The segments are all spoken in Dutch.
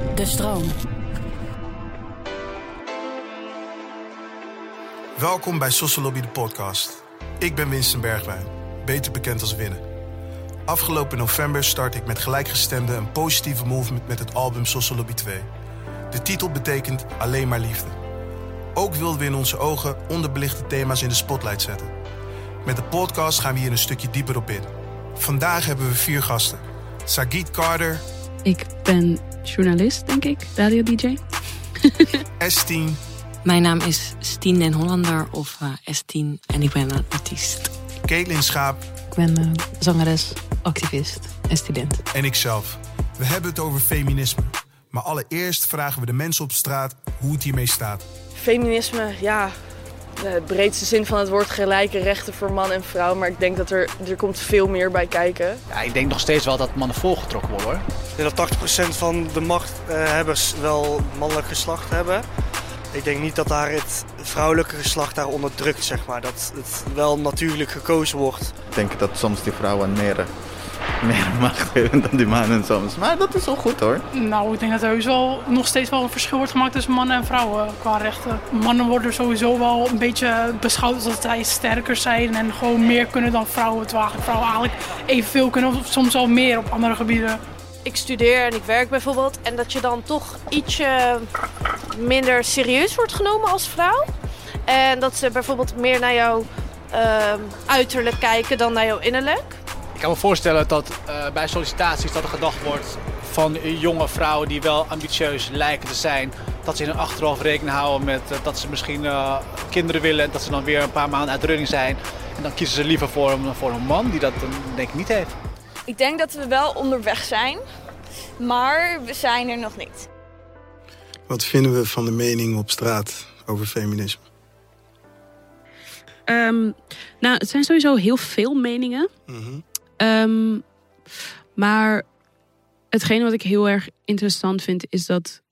De Stroom. Welkom bij Sociolobby de podcast. Ik ben Winston Bergwijn, beter bekend als Winne. Afgelopen november start ik met gelijkgestemden een positieve movement met het album Sociolobby 2. De titel betekent alleen maar liefde. Ook wilden we in onze ogen onderbelichte thema's in de spotlight zetten. Met de podcast gaan we hier een stukje dieper op in. Vandaag hebben we 4 gasten. Sagit Carter. Ik ben journalist, denk ik. Radio-dj. S10. Mijn naam is Stien den Hollander of S10 en ik ben een artiest. Caitlin Schaap. Ik ben zangeres, activist en student. En ikzelf. We hebben het over feminisme. Maar allereerst vragen we de mensen op straat hoe het hiermee staat. Feminisme, ja, de breedste zin van het woord gelijke rechten voor man en vrouw. Maar ik denk dat er komt veel meer bij kijken. Ja, ik denk nog steeds wel dat mannen volgetrokken worden, hoor. Ik denk dat 80% van de machthebbers wel mannelijk geslacht hebben. Ik denk niet dat daar het vrouwelijke geslacht daar onderdrukt, zeg maar. Dat het wel natuurlijk gekozen wordt. Ik denk dat soms die vrouwen meer macht hebben dan die mannen soms. Maar dat is wel goed, hoor. Nou, ik denk dat er heus wel nog steeds wel een verschil wordt gemaakt tussen mannen en vrouwen qua rechten. Mannen worden sowieso wel een beetje beschouwd als dat zij sterker zijn en gewoon meer kunnen dan vrouwen. Terwijl vrouwen eigenlijk evenveel kunnen of soms wel meer op andere gebieden. Ik studeer en ik werk bijvoorbeeld en dat je dan toch ietsje minder serieus wordt genomen als vrouw. En dat ze bijvoorbeeld meer naar jouw uiterlijk kijken dan naar jouw innerlijk. Ik kan me voorstellen dat bij sollicitaties dat er gedacht wordt van jonge vrouwen die wel ambitieus lijken te zijn. Dat ze in hun achterhoofd rekening houden met dat ze misschien kinderen willen en dat ze dan weer een paar maanden uit de running zijn. En dan kiezen ze liever voor een man die dat denk ik niet heeft. Ik denk dat we wel onderweg zijn, maar we zijn er nog niet. Wat vinden we van de mening op straat over feminisme? Nou, het zijn sowieso heel veel meningen. Mm-hmm. Maar hetgene wat ik heel erg interessant vind is dat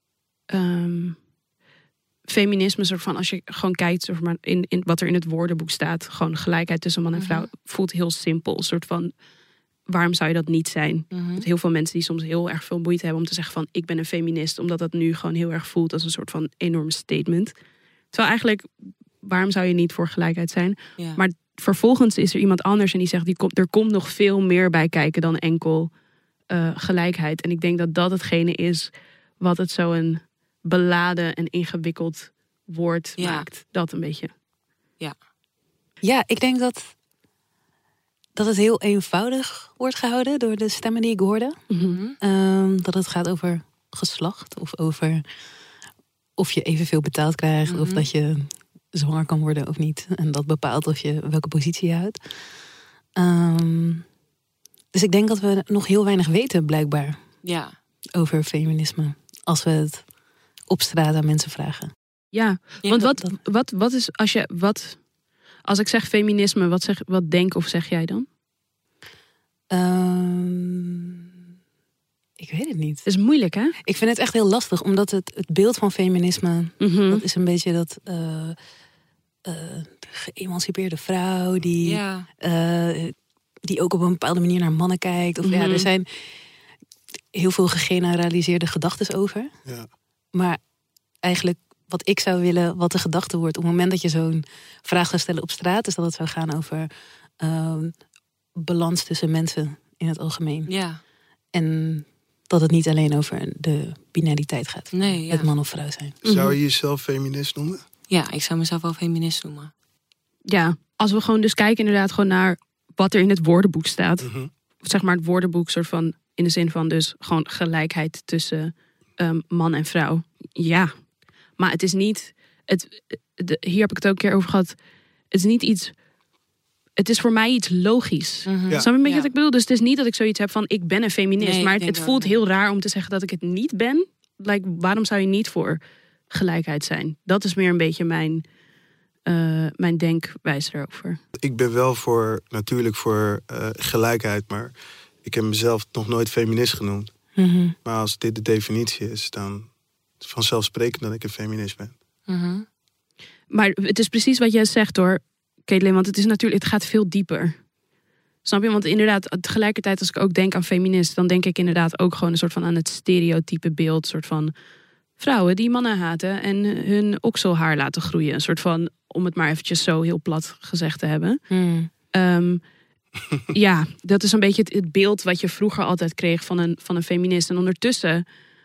feminisme, soort van, als je gewoon kijkt zeg maar, in wat er in het woordenboek staat, gewoon gelijkheid tussen man en vrouw, voelt heel simpel. Een soort van, waarom zou je dat niet zijn? Met heel veel mensen die soms heel erg veel moeite hebben om te zeggen van ik ben een feminist, omdat dat nu gewoon heel erg voelt als een soort van enorm statement. Terwijl eigenlijk, waarom zou je niet voor gelijkheid zijn? Ja. Maar vervolgens is er iemand anders en die zegt er komt nog veel meer bij kijken dan enkel gelijkheid. En ik denk dat dat hetgene is wat het zo'n beladen en ingewikkeld woord maakt. Dat een beetje. Ja, ik denk dat het heel eenvoudig wordt gehouden door de stemmen die ik hoorde. Mm-hmm. Dat het gaat over geslacht of over of je evenveel betaald krijgt of dat je zwanger kan worden of niet. En dat bepaalt welke positie je houdt. Dus ik denk dat we nog heel weinig weten blijkbaar over feminisme. Als we het op straat aan mensen vragen. Ja, want wat is als ik zeg feminisme, wat denk of zeg jij dan? Ik weet het niet. Het is moeilijk, hè? Ik vind het echt heel lastig, omdat het beeld van feminisme, dat is een beetje dat geëmancipeerde vrouw die ook op een bepaalde manier naar mannen kijkt. Of er zijn heel veel gegeneraliseerde gedachten over. Ja. Maar eigenlijk wat ik zou willen, wat de gedachte wordt op het moment dat je zo'n vraag zou stellen op straat, is dat het zou gaan over balans tussen mensen in het algemeen. Ja. En dat het niet alleen over de binariteit gaat. Nee, het man of vrouw zijn. Zou je jezelf feminist noemen? Ja, ik zou mezelf wel feminist noemen. Ja, als we gewoon dus kijken inderdaad gewoon naar wat er in het woordenboek staat. Zeg maar het woordenboek soort van in de zin van dus gewoon gelijkheid tussen man en vrouw. Ja, maar het is niet, hier heb ik het ook een keer over gehad. Het is niet iets, het is voor mij iets logisch. Snap je een beetje wat ik bedoel? Dus het is niet dat ik zoiets heb van ik ben een feminist. Nee, maar het voelt heel raar om te zeggen dat ik het niet ben. Waarom zou je niet voor gelijkheid zijn? Dat is meer een beetje mijn denkwijze erover. Ik ben wel natuurlijk voor gelijkheid, maar ik heb mezelf nog nooit feminist genoemd. Maar als dit de definitie is, dan is het vanzelfsprekend dat ik een feminist ben. Maar het is precies wat jij zegt hoor, Caitlin, want het is natuurlijk, het gaat veel dieper. Snap je? Want inderdaad, tegelijkertijd als ik ook denk aan feminist, dan denk ik inderdaad ook gewoon een soort van aan het stereotype beeld. Soort van vrouwen die mannen haten en hun okselhaar laten groeien. Een soort van, om het maar eventjes zo heel plat gezegd te hebben. Ja, dat is een beetje het beeld wat je vroeger altijd kreeg van een feminist. En ondertussen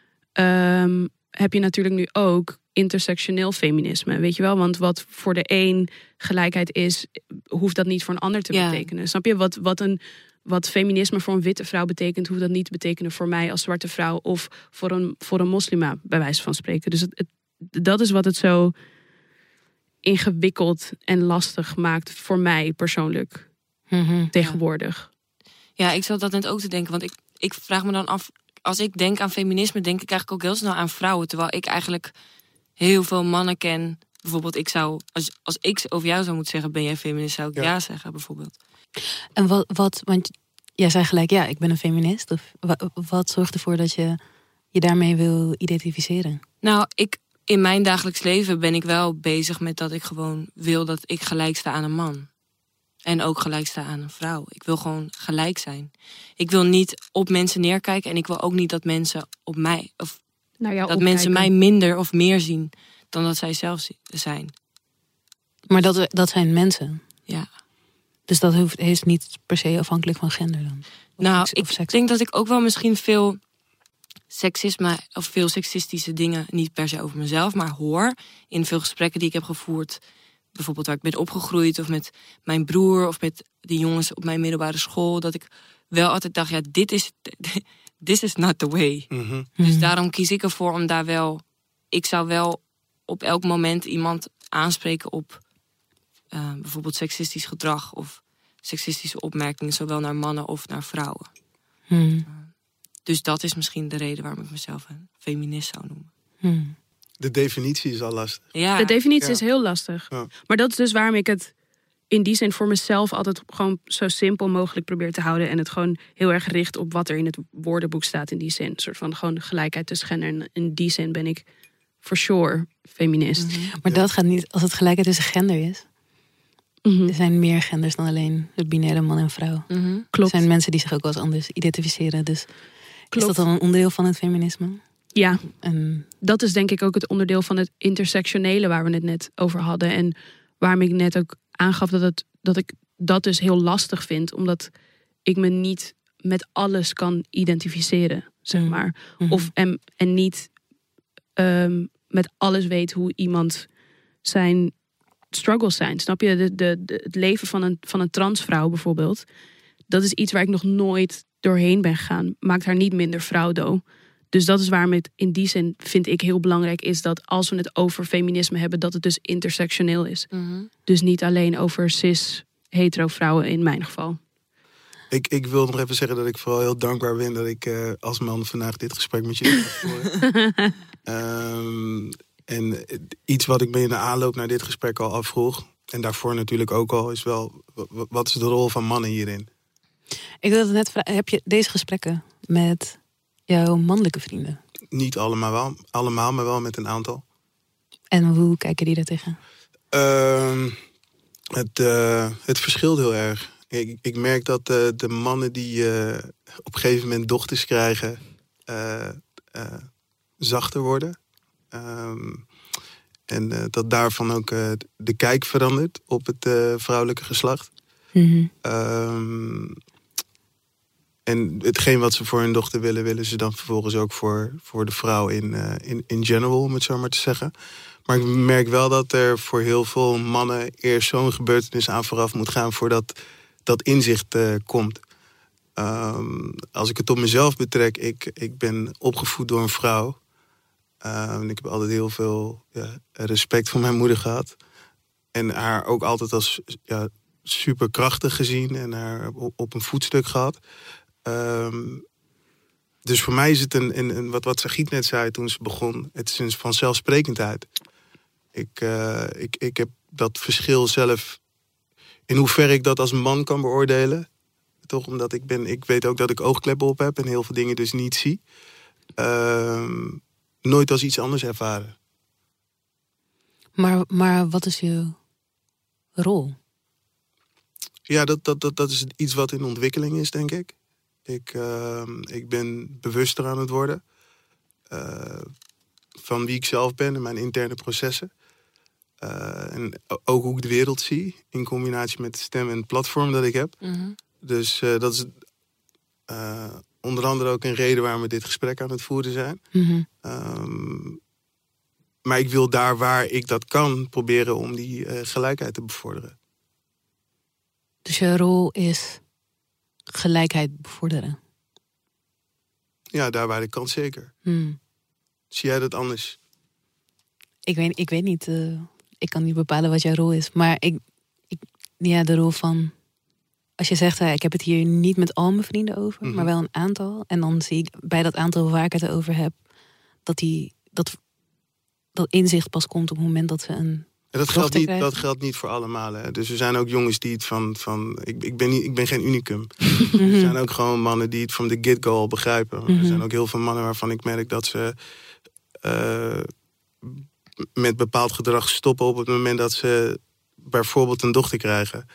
heb je natuurlijk nu ook intersectioneel feminisme, weet je wel? Want wat voor de een gelijkheid is, hoeft dat niet voor een ander te betekenen. Snap je? Wat feminisme voor een witte vrouw betekent, hoeft dat niet te betekenen voor mij als zwarte vrouw of voor een moslima, bij wijze van spreken. Dus dat is wat het zo ingewikkeld en lastig maakt voor mij persoonlijk tegenwoordig. Ja, ik zat dat net ook te denken, want ik vraag me dan af, als ik denk aan feminisme, denk ik eigenlijk ook heel snel aan vrouwen, terwijl ik eigenlijk heel veel mannen ken. Bijvoorbeeld, ik zou, als ik over jou zou moeten zeggen, ben jij feminist, zou ik ja zeggen, bijvoorbeeld. En want jij zei gelijk, ja, ik ben een feminist. Of wat zorgt ervoor dat je daarmee wil identificeren? Nou, in mijn dagelijks leven ben ik wel bezig met dat ik gewoon wil dat ik gelijk sta aan een man. En ook gelijk sta aan een vrouw. Ik wil gewoon gelijk zijn. Ik wil niet op mensen neerkijken en ik wil ook niet dat mensen op mij, of dat mensen mij minder of meer zien dan dat zij zelf zijn. Maar dat zijn mensen? Ja. Dus dat is niet per se afhankelijk van gender dan? Ik denk dat ik ook wel misschien veel seksisme of veel seksistische dingen, niet per se over mezelf, maar hoor in veel gesprekken die ik heb gevoerd. Bijvoorbeeld waar ik ben opgegroeid of met mijn broer of met die jongens op mijn middelbare school. Dat ik wel altijd dacht, ja, this is not the way. Dus daarom kies ik ervoor om daar wel, ik zou wel op elk moment iemand aanspreken op bijvoorbeeld seksistisch gedrag of seksistische opmerkingen, zowel naar mannen of naar vrouwen. Dus dat is misschien de reden waarom ik mezelf een feminist zou noemen. De definitie is al lastig. Ja. De definitie is heel lastig. Ja. Maar dat is dus waarom ik het in die zin voor mezelf altijd gewoon zo simpel mogelijk probeer te houden. En het gewoon heel erg richt op wat er in het woordenboek staat in die zin. Een soort van gewoon gelijkheid tussen gender. En in die zin ben ik for sure feminist. Maar dat gaat niet, als het gelijkheid tussen gender is. Er zijn meer genders dan alleen het binaire man en vrouw. Klopt. Er zijn mensen die zich ook wel eens anders identificeren. Dus is dat dan een onderdeel van het feminisme? Ja, dat is denk ik ook het onderdeel van het intersectionele waar we het net over hadden. En waarom ik net ook aangaf dat ik dat dus heel lastig vind. Omdat ik me niet met alles kan identificeren, zeg maar. En niet met alles weet hoe iemand zijn struggles zijn. Snap je? Het leven van een transvrouw bijvoorbeeld. Dat is iets waar ik nog nooit doorheen ben gegaan. Maakt haar niet minder vrouw. Dus dat is waarom het in die zin, vind ik, heel belangrijk is dat als we het over feminisme hebben, dat het dus intersectioneel is. Dus niet alleen over cis-hetero vrouwen in mijn geval. Ik wil nog even zeggen dat ik vooral heel dankbaar ben dat ik als man vandaag dit gesprek met jullie heb gevoerd. En iets wat ik me in de aanloop naar dit gesprek al afvroeg, en daarvoor natuurlijk ook al, is wel, wat is de rol van mannen hierin? Ik wilde net vragen, heb je deze gesprekken met jouw mannelijke vrienden? Niet allemaal, maar wel met een aantal. En hoe kijken die daar tegen? Het verschilt heel erg. Ik merk dat de mannen die op een gegeven moment dochters krijgen, zachter worden. En dat daarvan ook de kijk verandert op het vrouwelijke geslacht. En hetgeen wat ze voor hun dochter willen ze dan vervolgens ook voor de vrouw in general, om het zo maar te zeggen. Maar ik merk wel dat er voor heel veel mannen eerst zo'n gebeurtenis aan vooraf moet gaan voordat dat inzicht komt. Als ik het op mezelf betrek, ik ben opgevoed door een vrouw. Ik heb altijd heel veel respect voor mijn moeder gehad. En haar ook altijd als superkrachtig gezien en haar op een voetstuk gehad. Dus voor mij is het wat Sagit net zei toen ze begon, het is een vanzelfsprekendheid. Ik heb dat verschil zelf, in hoeverre ik dat als man kan beoordelen. Toch omdat ik weet ook dat ik oogkleppen op heb en heel veel dingen dus niet zie. Nooit als iets anders ervaren. Maar wat is je rol? Ja, dat is iets wat in ontwikkeling is, denk ik. Ik ben bewuster aan het worden van wie ik zelf ben en mijn interne processen. En ook hoe ik de wereld zie, in combinatie met de stem en het platform dat ik heb. Mm-hmm. Dus dat is onder andere ook een reden waarom we dit gesprek aan het voeren zijn. Mm-hmm. Maar ik wil daar waar ik dat kan proberen om die gelijkheid te bevorderen. Dus je rol is gelijkheid bevorderen? Ja, daar waar ik kan, zeker. Hmm. Zie jij dat anders? Ik weet niet. Ik kan niet bepalen wat jouw rol is. Maar de rol van... Als je zegt, ik heb het hier niet met al mijn vrienden over, maar wel een aantal. En dan zie ik bij dat aantal waar ik het over heb, dat inzicht pas komt op het moment dat ze een... En dat geldt niet voor allemaal. Hè. Dus er zijn ook jongens die het van ik ben geen unicum. Er zijn ook gewoon mannen die het van de get-go al begrijpen. Er zijn ook heel veel mannen waarvan ik merk dat ze met bepaald gedrag stoppen op het moment dat ze bijvoorbeeld een dochter krijgen.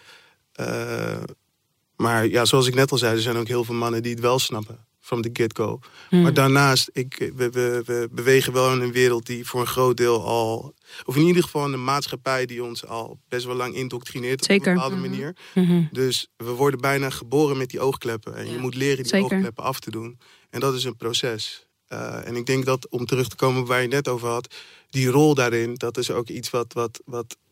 Maar ja, zoals ik net al zei, er zijn ook heel veel mannen die het wel snappen. From the get-go. Maar daarnaast, we bewegen wel in een wereld die voor een groot deel al... Of in ieder geval een maatschappij die ons al best wel lang indoctrineert. Zeker. Op een bepaalde manier. Dus we worden bijna geboren met die oogkleppen. En je moet leren die oogkleppen af te doen. En dat is een proces. En ik denk dat, om terug te komen waar je net over had... Die rol daarin, dat is ook iets wat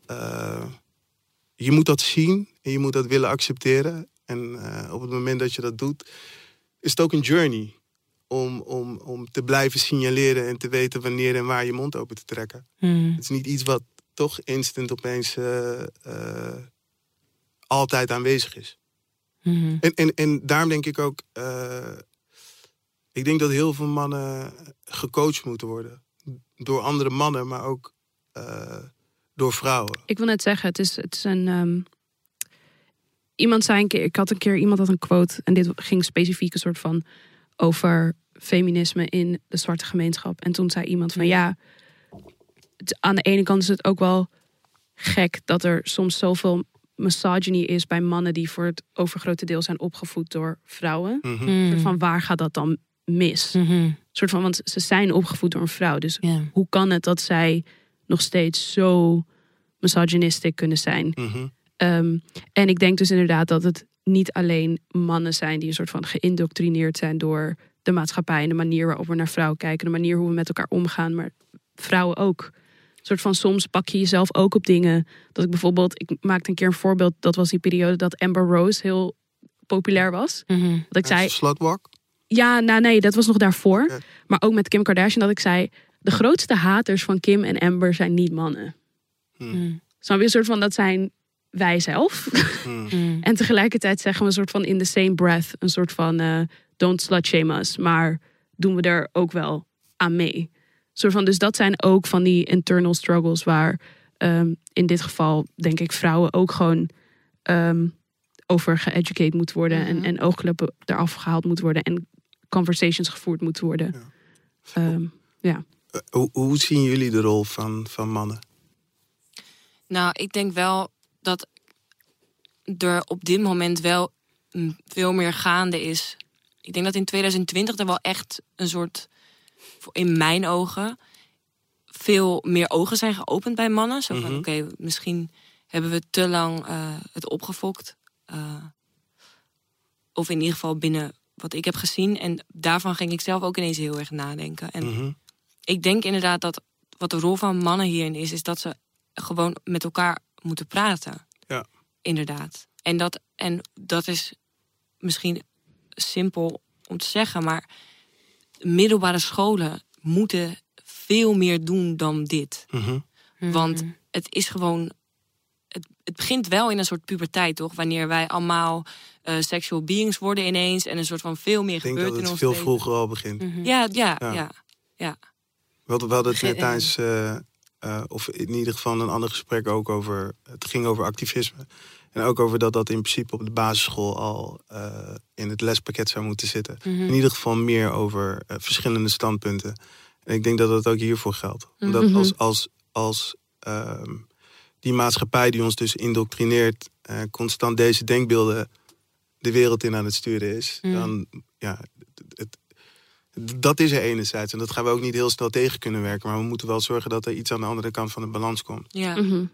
je moet dat zien. En je moet dat willen accepteren. En op het moment dat je dat doet... is het ook een journey om te blijven signaleren en te weten wanneer en waar je mond open te trekken. Het is niet iets wat toch instant opeens altijd aanwezig is. En daarom denk ik ook... ik denk dat heel veel mannen gecoacht moeten worden. Door andere mannen, maar ook door vrouwen. Ik wil net zeggen, het is een... Iemand zei een keer, iemand had een quote en dit ging specifiek een soort van over feminisme in de zwarte gemeenschap. En toen zei iemand van aan de ene kant is het ook wel gek dat er soms zoveel misogyny is bij mannen die voor het overgrote deel zijn opgevoed door vrouwen. Soort van, waar gaat dat dan mis? Soort van, want ze zijn opgevoed door een vrouw. Dus hoe kan het dat zij nog steeds zo misogynistisch kunnen zijn? En ik denk dus inderdaad dat het niet alleen mannen zijn die een soort van geïndoctrineerd zijn door de maatschappij en de manier waarop we naar vrouwen kijken, de manier hoe we met elkaar omgaan, maar vrouwen ook. Een soort van, soms pak je jezelf ook op dingen. Dat ik bijvoorbeeld, ik maakte een keer een voorbeeld, dat was die periode dat Amber Rose heel populair was. Dat ik zei, slutwalk? Ja, nee, dat was nog daarvoor. Okay. Maar ook met Kim Kardashian, dat ik zei, de grootste haters van Kim en Amber zijn niet mannen. Snap je, een soort van, dat zijn wij zelf. En tegelijkertijd zeggen we een soort van in the same breath, een soort van don't slut shame us, maar doen we er ook wel aan mee. Soort van, dus dat zijn ook van die internal struggles waar in dit geval denk ik vrouwen ook gewoon over geëducate moeten worden en oogkleppen eraf gehaald moeten worden en conversations gevoerd moeten worden. Hoe zien jullie de rol van mannen? Nou, ik denk wel dat er op dit moment wel veel meer gaande is. Ik denk dat in 2020 er wel echt een soort, in mijn ogen, veel meer ogen zijn geopend bij mannen. Zo van, oké, misschien hebben we te lang het opgefokt. Of in ieder geval binnen wat ik heb gezien. En daarvan ging ik zelf ook ineens heel erg nadenken. En ik denk inderdaad dat wat de rol van mannen hierin is dat ze gewoon met elkaar moeten praten. Ja. Inderdaad. En dat is misschien simpel om te zeggen, maar middelbare scholen moeten veel meer doen dan dit. Want het is gewoon, het begint wel in een soort puberteit, toch? Wanneer wij allemaal sexual beings worden ineens en een soort van veel meer gebeurt in ons leven. Ik denk dat het veel vroeger al begint. Ja. We hadden het net tijdens, of in ieder geval een ander gesprek ook over, het ging over activisme. En ook over dat in principe op de basisschool al in het lespakket zou moeten zitten. In ieder geval meer over verschillende standpunten. En ik denk dat dat ook hiervoor geldt. Omdat als die maatschappij die ons dus indoctrineert constant deze denkbeelden de wereld in aan het sturen is, dan dat is er enerzijds. En dat gaan we ook niet heel snel tegen kunnen werken. Maar we moeten wel zorgen dat er iets aan de andere kant van de balans komt. Ja.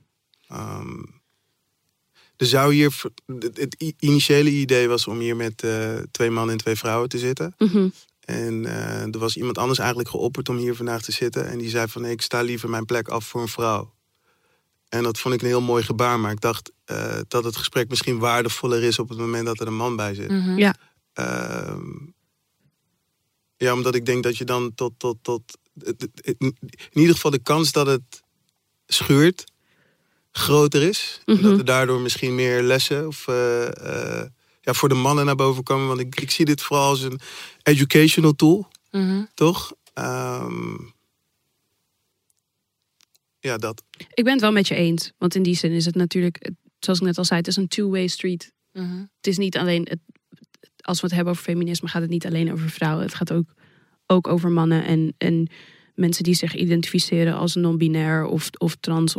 Er zou hier... Het initiële idee was om hier met 2 mannen en 2 vrouwen te zitten. En er was iemand anders eigenlijk geopperd om hier vandaag te zitten. En die zei van, nee, ik sta liever mijn plek af voor een vrouw. En dat vond ik een heel mooi gebaar. Maar ik dacht dat het gesprek misschien waardevoller is op het moment dat er een man bij zit. Ja. Ja, omdat ik denk dat je dan in ieder geval de kans dat het schuurt groter is. Dat er daardoor misschien meer lessen of voor de mannen naar boven komen. Want ik zie dit vooral als een educational tool. Toch? Ja, dat. Ik ben het wel met je eens. Want in die zin is het natuurlijk, zoals ik net al zei, het is een two-way street. Het is niet alleen, als we het hebben over feminisme, gaat het niet alleen over vrouwen. Het gaat ook over mannen en mensen die zich identificeren als non-binair of trans.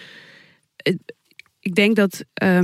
Ik denk dat...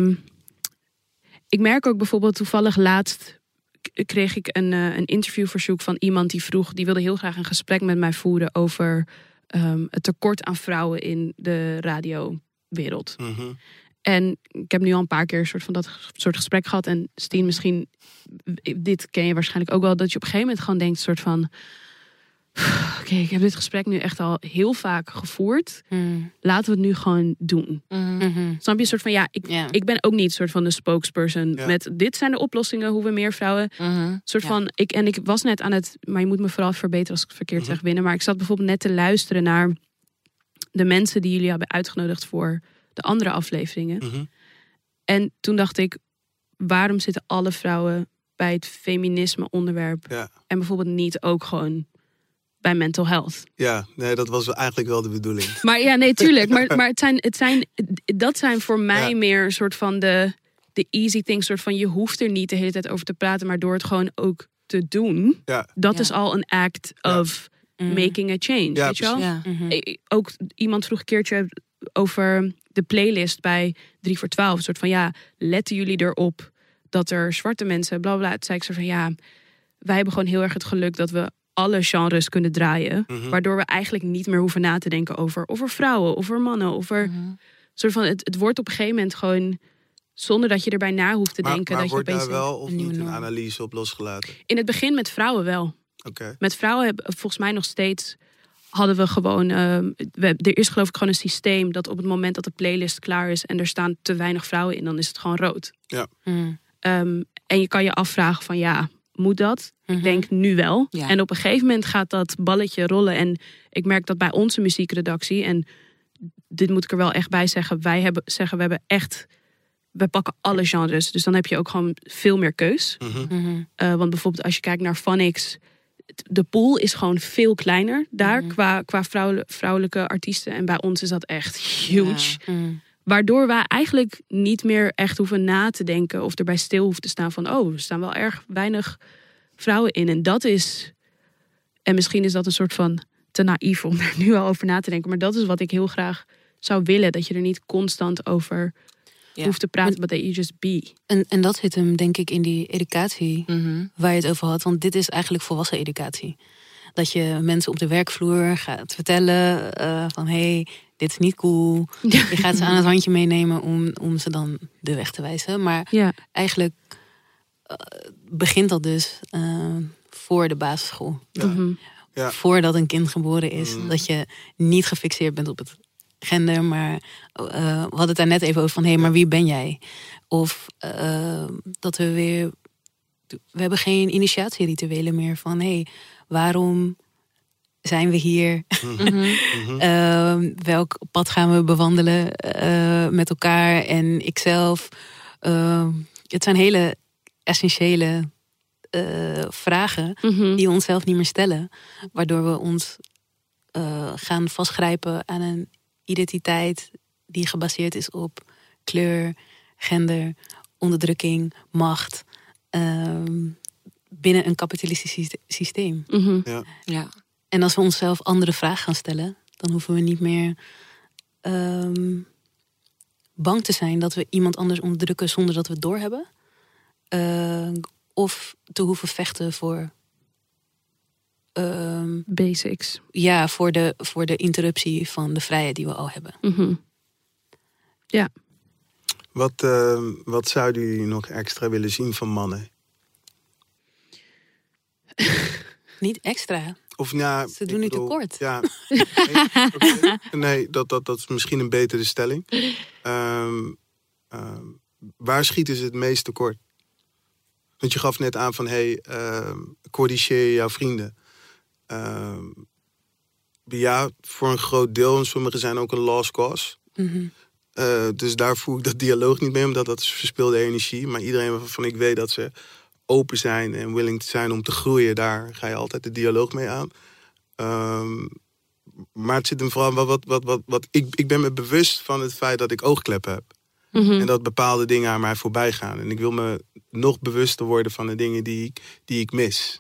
ik merk ook bijvoorbeeld toevallig laatst kreeg ik een interviewverzoek van iemand die wilde heel graag een gesprek met mij voeren over het tekort aan vrouwen in de radiowereld. En ik heb nu al een paar keer dat soort gesprek gehad. En Stien, misschien, dit ken je waarschijnlijk ook wel, dat je op een gegeven moment gewoon denkt, soort van, oké, ik heb dit gesprek nu echt al heel vaak gevoerd. Laten we het nu gewoon doen. Snap je? Soort van, ik ben ook niet soort van de spokesperson met dit zijn de oplossingen, hoe we meer vrouwen. Soort van, ik was net aan het, maar je moet me vooral verbeteren als ik het verkeerd zeg binnen. Maar ik zat bijvoorbeeld net te luisteren naar de mensen die jullie hebben uitgenodigd voor de andere afleveringen. En toen dacht ik, waarom zitten alle vrouwen bij het feminisme onderwerp en bijvoorbeeld niet ook gewoon bij mental health? Ja, nee, dat was eigenlijk wel de bedoeling. Maar ja, nee, tuurlijk. Maar dat zijn voor mij meer een soort van de easy things. Soort van, je hoeft er niet de hele tijd over te praten, maar door het gewoon ook te doen. Dat is al een act of making a change. Ja, weet je wel? Ja. Ook iemand vroeg een keertje over de playlist bij 3 voor 12. Een soort van, letten jullie erop dat er zwarte mensen, bla bla. Het zei ik zo van, wij hebben gewoon heel erg het geluk dat we alle genres kunnen draaien. Waardoor we eigenlijk niet meer hoeven na te denken over vrouwen, over mannen, over soort van, het wordt op een gegeven moment gewoon, zonder dat je erbij na hoeft te denken. Maar dat wordt je daar wel of niet een analyse op losgelaten? In het begin met vrouwen wel. Met vrouwen hebben volgens mij nog steeds, hadden we gewoon, er is geloof ik gewoon een systeem dat op het moment dat de playlist klaar is en er staan te weinig vrouwen in, dan is het gewoon rood. Ja. En je kan je afvragen van, moet dat? Ik denk nu wel. Ja. En op een gegeven moment gaat dat balletje rollen. En ik merk dat bij onze muziekredactie, en dit moet ik er wel echt bij zeggen, we pakken alle genres. Dus dan heb je ook gewoon veel meer keus. Want bijvoorbeeld als je kijkt naar Phonics, de pool is gewoon veel kleiner daar qua vrouwelijke artiesten. En bij ons is dat echt huge. Waardoor wij eigenlijk niet meer echt hoeven na te denken of erbij stil hoeven te staan van, er staan wel erg weinig vrouwen in. En dat is, en misschien is dat een soort van te naïef om er nu al over na te denken, maar dat is wat ik heel graag zou willen. Dat je er niet constant over hoeft te praten, but that you just be. En dat zit hem denk ik in die educatie waar je het over had. Want dit is eigenlijk volwassen educatie. Dat je mensen op de werkvloer gaat vertellen van, hey, dit is niet cool. Je gaat ze aan het handje meenemen om ze dan de weg te wijzen. Maar eigenlijk begint dat dus voor de basisschool. Voordat een kind geboren is. Dat je niet gefixeerd bent op het gender, maar we hadden het daar net even over van, hey, maar wie ben jij? Of dat we hebben geen initiatierituelen meer van, hey, waarom zijn we hier? Welk pad gaan we bewandelen met elkaar en ikzelf? Het zijn hele essentiële vragen die we onszelf niet meer stellen. Waardoor we ons gaan vastgrijpen aan een identiteit die gebaseerd is op kleur, gender, onderdrukking, macht. Binnen een kapitalistisch systeem. Ja. En als we onszelf andere vragen gaan stellen, dan hoeven we niet meer bang te zijn dat we iemand anders onderdrukken zonder dat we het doorhebben. Of te hoeven vechten voor... basics. Ja, voor de interruptie van de vrijheid die we al hebben. Mm-hmm. Ja. Wat zouden jullie nog extra willen zien van mannen? Niet extra. Of, ja, ze doen nu tekort. Ja, nee, dat is misschien een betere stelling. Waar schieten ze het meest tekort? Want je gaf net aan van, corrigeer jouw vrienden. Ja, voor een groot deel. En sommigen zijn ook een lost cause. Mm-hmm. Dus daar voel ik dat dialoog niet mee, omdat dat is verspilde energie. Maar iedereen waarvan ik weet dat ze open zijn en willing te zijn om te groeien, daar ga je altijd de dialoog mee aan. Maar het zit hem vooral wat ik ben me bewust van het feit dat ik oogkleppen heb. Mm-hmm. En dat bepaalde dingen aan mij voorbij gaan. En ik wil me nog bewuster worden van de dingen die ik mis.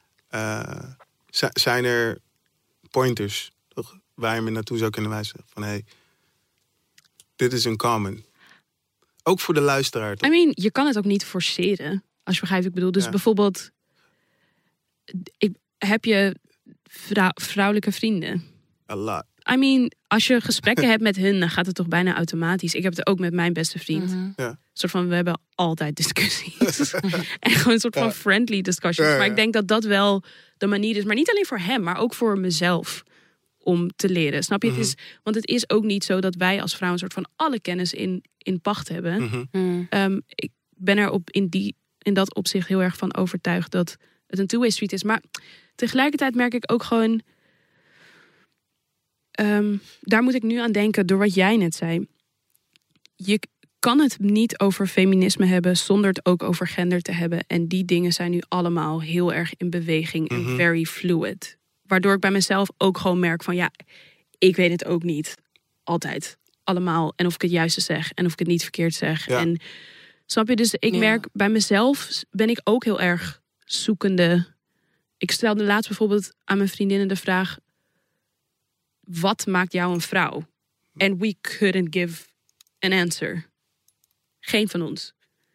Zijn er pointers, toch, waar je me naartoe zou kunnen wijzen? Van dit is een common. Ook voor de luisteraar, toch? I mean, je kan het ook niet forceren. Als je begrijpt wat ik bedoel. Dus bijvoorbeeld, heb je vrouwelijke vrienden? A lot. I mean, als je gesprekken hebt met hun, dan gaat het toch bijna automatisch. Ik heb het ook met mijn beste vriend. Mm-hmm. Ja. Soort van, we hebben altijd discussies. En gewoon een soort van friendly discussions. Maar ik denk dat dat wel de manier is. Maar niet alleen voor hem, maar ook voor mezelf. Om te leren. Snap je? Mm-hmm. Want het is ook niet zo dat wij als vrouw een soort van alle kennis in pacht hebben. Mm-hmm. Ik ben er in dat opzicht heel erg van overtuigd dat het een two-way street is. Maar tegelijkertijd merk ik ook gewoon... daar moet ik nu aan denken door wat jij net zei. Je kan het niet over feminisme hebben zonder het ook over gender te hebben. En die dingen zijn nu allemaal heel erg in beweging en very fluid. Waardoor ik bij mezelf ook gewoon merk van ik weet het ook niet. Altijd. Allemaal. En of ik het juiste zeg. En of ik het niet verkeerd zeg. Ja. En snap je? Dus ik merk bij mezelf ben ik ook heel erg zoekende. Ik stelde laatst bijvoorbeeld aan mijn vriendinnen de vraag: wat maakt jou een vrouw? And we couldn't give an answer. Geen van ons.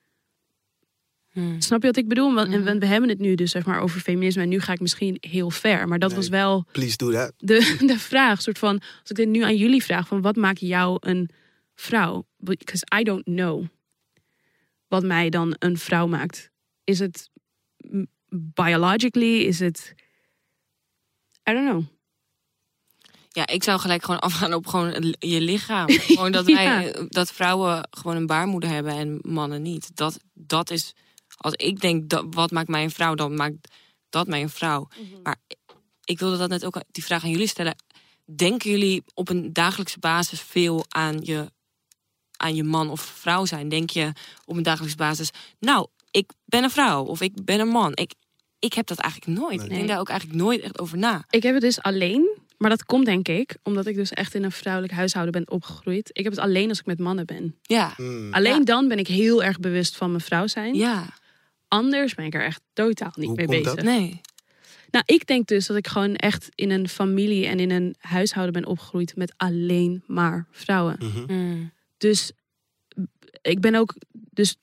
Snap je wat ik bedoel? En we hebben het nu dus zeg maar over feminisme. En nu ga ik misschien heel ver. Maar dat was wel please do that. De vraag. Soort van, als ik dit nu aan jullie vraag. Van wat maakt jou een vrouw? Because I don't know. Wat mij dan een vrouw maakt. Is het biologically? Is het... I don't know. Ja, ik zou gelijk gewoon afgaan op gewoon je lichaam. Gewoon dat dat vrouwen gewoon een baarmoeder hebben en mannen niet. Dat is... Als ik denk, wat maakt mij een vrouw, dan maakt dat mij een vrouw. Mm-hmm. Maar ik wilde dat net ook die vraag aan jullie stellen. Denken jullie op een dagelijkse basis veel aan je man of vrouw zijn? Denk je op een dagelijkse basis, nou, ik ben een vrouw of ik ben een man? Ik heb dat eigenlijk nooit. Nee. Ik denk daar ook eigenlijk nooit echt over na. Ik heb het dus alleen, maar dat komt denk ik omdat ik dus echt in een vrouwelijk huishouden ben opgegroeid. Ik heb het alleen als ik met mannen ben. Ja. Alleen dan ben ik heel erg bewust van mijn vrouw zijn. Ja. Anders ben ik er echt totaal niet mee bezig. Dat? Nee. Nou, ik denk dus dat ik gewoon echt in een familie en in een huishouden ben opgegroeid met alleen maar vrouwen. Mm-hmm. Dus ik ben ook, dus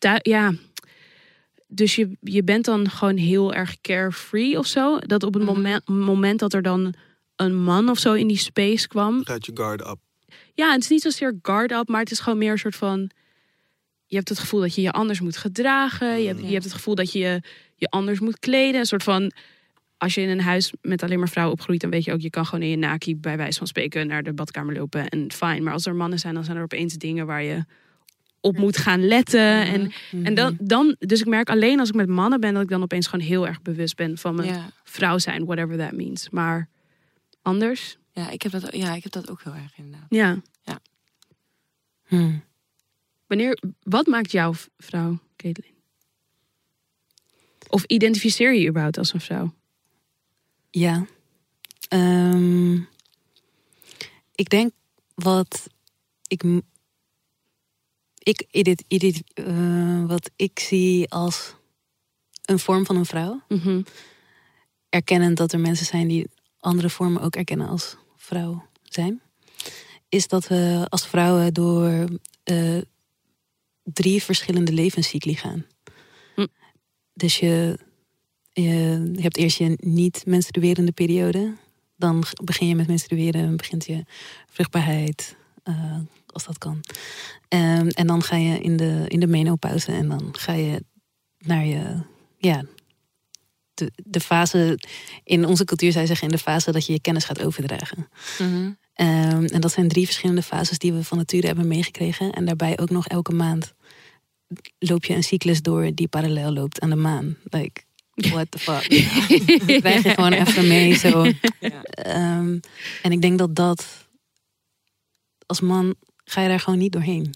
je bent dan gewoon heel erg carefree of zo. Dat op het moment dat er dan een man of zo in die space kwam. Gaat je guard up. Ja, het is niet zozeer guard up, maar het is gewoon meer een soort van... Je hebt het gevoel dat je je anders moet gedragen. Je hebt het gevoel dat je je anders moet kleden. Een soort van... Als je in een huis met alleen maar vrouwen opgroeit... dan weet je ook, je kan gewoon in je naki bij wijze van spreken... naar de badkamer lopen en fijn. Maar als er mannen zijn, dan zijn er opeens dingen waar je op moet gaan letten. En dan... Dus ik merk alleen als ik met mannen ben... dat ik dan opeens gewoon heel erg bewust ben van mijn vrouw zijn. Whatever that means. Maar anders... Ja, ik heb dat ook heel erg inderdaad. Ja. Wat maakt jouw vrouw, Caitlin? Of identificeer je je überhaupt als een vrouw? Ja. Ik denk wat wat ik zie als een vorm van een vrouw. Mm-hmm. Erkennend dat er mensen zijn die andere vormen ook erkennen als vrouw zijn. is dat we als vrouwen door 3 verschillende levenscycli gaan. Dus je hebt eerst je niet menstruerende periode. Dan begin je met menstrueren, begint je vruchtbaarheid, als dat kan. En dan ga je in de menopauze en dan ga je naar de fase, in onze cultuur zou je zeggen, in de fase dat je kennis gaat overdragen. Mm-hmm. En dat zijn 3 verschillende fases die we van nature hebben meegekregen. En daarbij ook nog elke maand loop je een cyclus door die parallel loopt aan de maan. Like, what the fuck? Dat krijg je gewoon even mee. Zo. Ja. En ik denk dat als man ga je daar gewoon niet doorheen.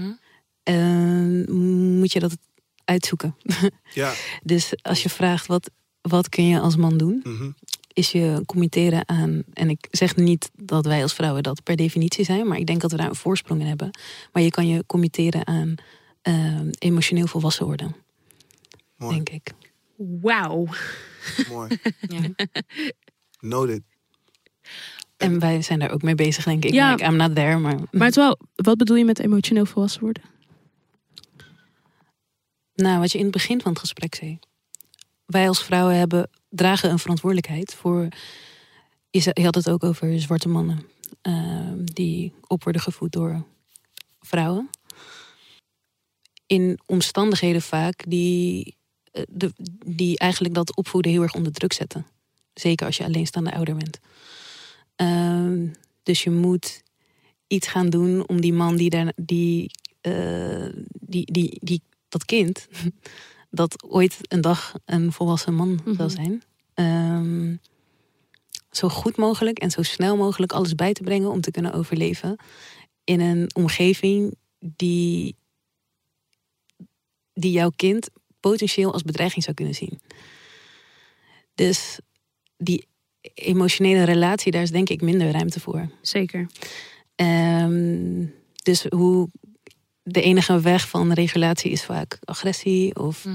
Moet je dat uitzoeken. Ja. Dus als je vraagt wat kun je als man doen, is je committeren aan, en ik zeg niet dat wij als vrouwen dat per definitie zijn, maar ik denk dat we daar een voorsprong in hebben. Maar je kan je committeren aan emotioneel volwassen worden. Mooi. Denk ik. Wauw. Mooi. Ja. Noted. En wij zijn daar ook mee bezig, denk ik. Ja. Like, I'm not there, maar... Maar het wel, wat bedoel je met emotioneel volwassen worden? Nou, wat je in het begin van het gesprek zei. Wij als vrouwen dragen een verantwoordelijkheid voor... Je had het ook over zwarte mannen. Die op worden gevoed door vrouwen. In omstandigheden vaak die eigenlijk dat opvoeden heel erg onder druk zetten. Zeker als je alleenstaande ouder bent. Dus je moet iets gaan doen om die man dat kind... dat ooit een dag een volwassen man zal zijn... zo goed mogelijk en zo snel mogelijk alles bij te brengen... om te kunnen overleven in een omgeving die jouw kind potentieel als bedreiging zou kunnen zien. Dus die emotionele relatie, daar is denk ik minder ruimte voor. Zeker. Dus de enige weg van regulatie is vaak agressie. Of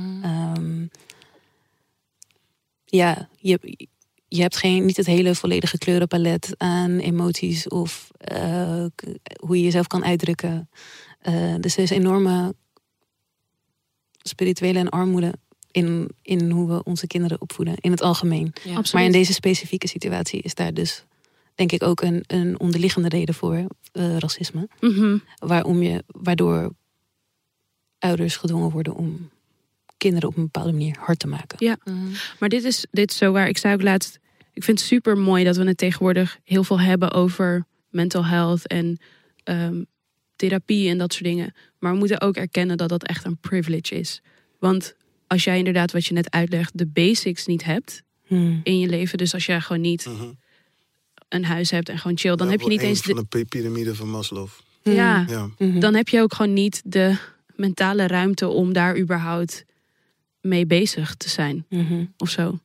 je hebt niet het hele volledige kleurenpalet aan emoties. Of hoe je jezelf kan uitdrukken. Dus er is enorme spirituele en armoede in hoe we onze kinderen opvoeden. In het algemeen. Ja. Maar in deze specifieke situatie is daar dus... denk ik ook een onderliggende reden voor racisme. Waardoor ouders gedwongen worden om kinderen op een bepaalde manier hard te maken. Ja, maar dit is zo waar. Ik zei ook laatst, ik vind het super mooi dat we het tegenwoordig heel veel hebben over mental health en therapie en dat soort dingen. Maar we moeten ook erkennen dat dat echt een privilege is. Want als jij inderdaad, wat je net uitlegt, de basics niet hebt in je leven. Dus als jij gewoon niet een huis hebt en gewoon chill, dan heb je niet eens van de piramide van Maslow. Ja. Dan heb je ook gewoon niet de mentale ruimte om daar überhaupt mee bezig te zijn. Of zo.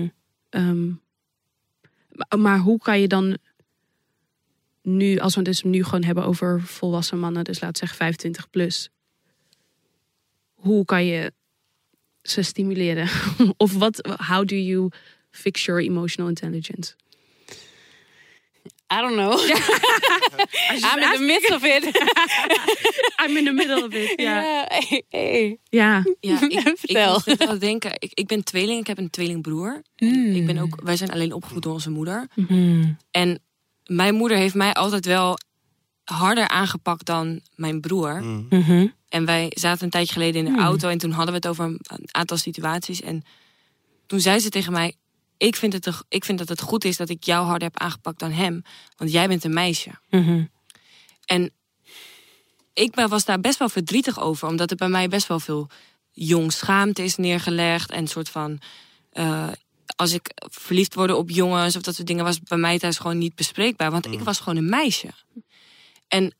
Maar hoe kan je dan nu, als we het dus nu gewoon hebben over volwassen mannen, dus laat zeggen 25 plus. Hoe kan je ze stimuleren? Of how do you fix your emotional intelligence? I don't know. I'm in the midst of it. I'm in the middle of it, ja. Hey. Ja. Ik moet wel denken. Ik ben tweeling, ik heb een tweelingbroer. Wij zijn alleen opgevoed door onze moeder. En mijn moeder heeft mij altijd wel harder aangepakt dan mijn broer. En wij zaten een tijdje geleden in de auto en toen hadden we het over een aantal situaties. En toen zei ze tegen mij, ik vind dat het goed is dat ik jou harder heb aangepakt dan hem. Want jij bent een meisje. En ik was daar best wel verdrietig over. Omdat er bij mij best wel veel jongschaamte is neergelegd. En een soort van... als ik verliefd word op jongens of dat soort dingen... was bij mij thuis gewoon niet bespreekbaar. Want ik was gewoon een meisje. En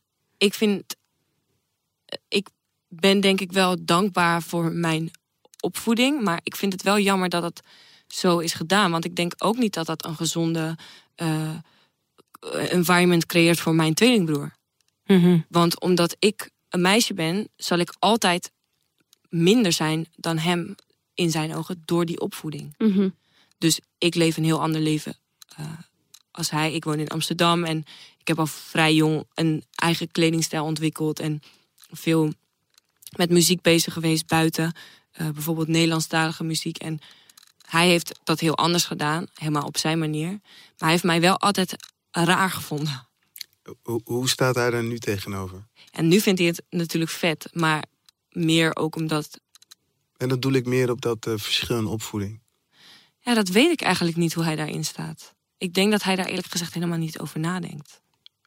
ik ben denk ik wel dankbaar voor mijn opvoeding. Maar ik vind het wel jammer dat het zo is gedaan. Want ik denk ook niet dat dat een gezonde environment creëert voor mijn tweelingbroer. Want omdat ik een meisje ben, zal ik altijd minder zijn dan hem in zijn ogen door die opvoeding. Dus ik leef een heel ander leven als hij. Ik woon in Amsterdam en ik heb al vrij jong een eigen kledingstijl ontwikkeld. En veel met muziek bezig geweest buiten. Bijvoorbeeld Nederlandstalige muziek. En hij heeft dat heel anders gedaan, helemaal op zijn manier. Maar hij heeft mij wel altijd raar gevonden. Hoe staat hij daar nu tegenover? En nu vindt hij het natuurlijk vet, maar meer ook omdat... En dat doe ik meer op dat verschil in opvoeding. Ja, dat weet ik eigenlijk niet hoe hij daarin staat. Ik denk dat hij daar eerlijk gezegd helemaal niet over nadenkt.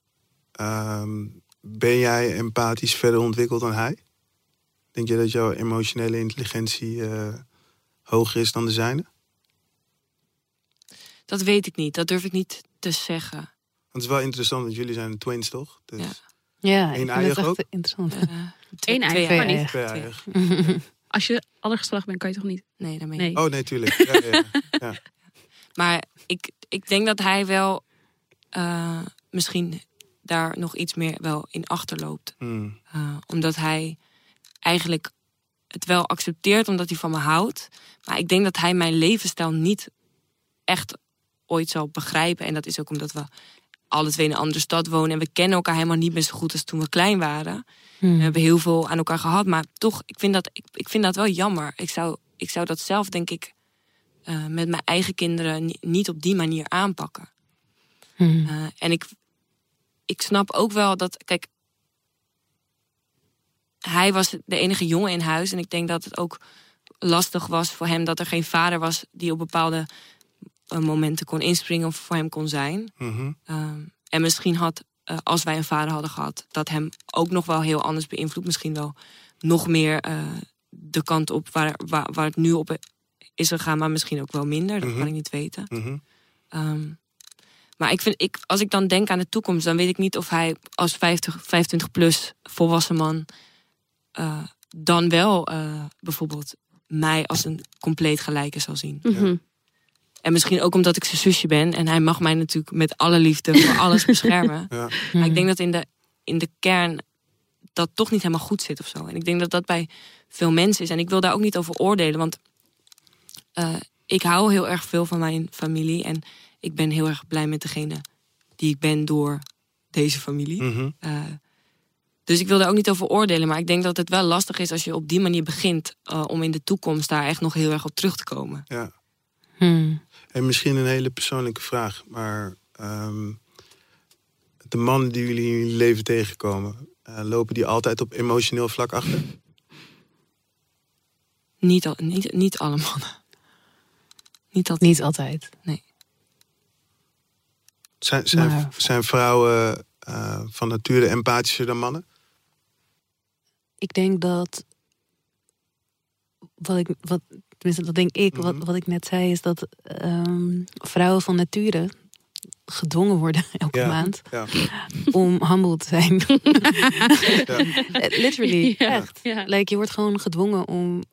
Ben jij empathisch verder ontwikkeld dan hij? Denk je dat jouw emotionele intelligentie hoger is dan de zijne? Dat weet ik niet, dat durf ik niet te zeggen. Want het is wel interessant, want jullie zijn twins, toch? Dus ja, één eier ook? Interessant. Eén eier, kan niet. Twee eier. Als je allergeslacht bent, kan je toch niet? Nee, dat meen ik Nee. niet. Oh, nee, tuurlijk. Ja. Maar ik denk dat hij wel misschien daar nog iets meer wel in achterloopt. Omdat hij eigenlijk het wel accepteert, omdat hij van me houdt. Maar ik denk dat hij mijn levensstijl niet echt ooit zal begrijpen. En dat is ook omdat we alle twee in een andere stad wonen. En we kennen elkaar helemaal niet meer zo goed als toen we klein waren. We hebben heel veel aan elkaar gehad. Maar toch, ik vind dat wel jammer. Ik zou dat zelf, denk ik, met mijn eigen kinderen niet op die manier aanpakken. En ik snap ook wel dat... Kijk, hij was de enige jongen in huis. En ik denk dat het ook lastig was voor hem dat er geen vader was die op bepaalde momenten kon inspringen of voor hem kon zijn. En misschien had, als wij een vader hadden gehad, dat hem ook nog wel heel anders beïnvloed. Misschien wel nog meer de kant op waar het nu op is gegaan, maar misschien ook wel minder. Dat kan ik niet weten. Maar als ik dan denk aan de toekomst, dan weet ik niet of hij als 25 plus volwassen man dan wel bijvoorbeeld mij als een compleet gelijke zal zien. En misschien ook omdat ik zijn zusje ben. En hij mag mij natuurlijk met alle liefde voor alles beschermen. Maar ik denk dat in de kern dat toch niet helemaal goed zit of zo. En ik denk dat dat bij veel mensen is. En ik wil daar ook niet over oordelen. Want ik hou heel erg veel van mijn familie. En ik ben heel erg blij met degene die ik ben door deze familie. Dus ik wil daar ook niet over oordelen. Maar ik denk dat het wel lastig is als je op die manier begint om in de toekomst daar echt nog heel erg op terug te komen. Ja. En misschien een hele persoonlijke vraag. Maar de mannen die jullie in jullie leven tegenkomen, lopen die altijd op emotioneel vlak achter? Niet alle mannen. Niet altijd. Nee. Zijn vrouwen van nature empathischer dan mannen? Ik denk dat... Tenminste, dat denk ik. Wat ik net zei, is dat vrouwen van nature gedwongen worden elke maand om humble te zijn. Literally, echt. Like, je wordt gewoon gedwongen om...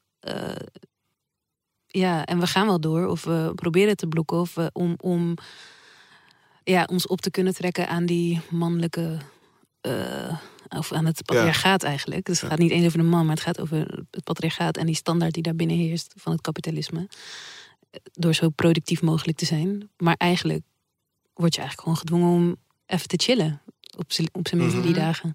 en we gaan wel door. Of we proberen te blokken. Of om ons op te kunnen trekken aan die mannelijke... of aan het patriarchaat eigenlijk. Dus het gaat niet eens over de man, maar het gaat over het patriarchaat en die standaard die daar binnen heerst van het kapitalisme. Door zo productief mogelijk te zijn. Maar eigenlijk word je eigenlijk gewoon gedwongen om even te chillen. Op zijn minst 3 dagen.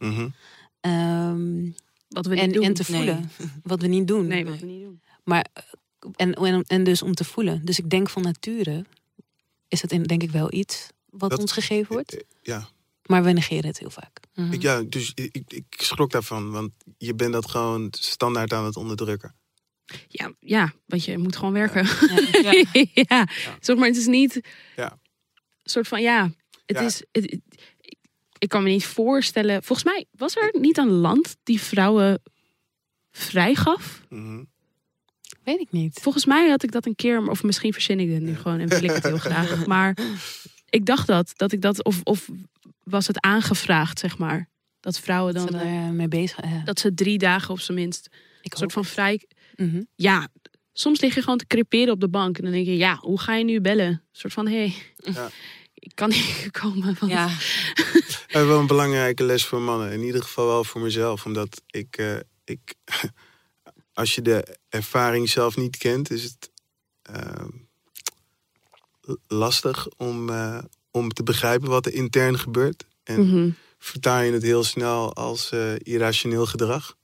Wat we niet doen. En te voelen. Nee. Wat we niet doen. Nee, wat we niet doen. Maar, en dus om te voelen. Dus ik denk van nature is het denk ik wel iets wat ons gegeven wordt. Maar we negeren het heel vaak. Dus ik schrok daarvan. Want je bent dat gewoon standaard aan het onderdrukken. Ja, want je moet gewoon werken. Zeg maar, het is niet... soort van, het is... Ik kan me niet voorstellen... Volgens mij was er niet een land die vrouwen vrijgaf? Weet ik niet. Volgens mij had ik dat een keer... Of misschien verzin ik het nu gewoon en wil ik het heel graag. Maar ik dacht dat ik dat... Of was het aangevraagd, zeg maar. Dat vrouwen dan... mee bezig, dat ze 3 dagen op zijn minst... Een soort van vrij... Ja, soms lig je gewoon te creperen op de bank. En dan denk je, hoe ga je nu bellen? Een soort van, ik kan niet komen. Want... Ja. Wel een belangrijke les voor mannen. In ieder geval wel voor mezelf. Omdat ik als je de ervaring zelf niet kent, is het lastig om te begrijpen wat er intern gebeurt. En vertaal je het heel snel als irrationeel gedrag.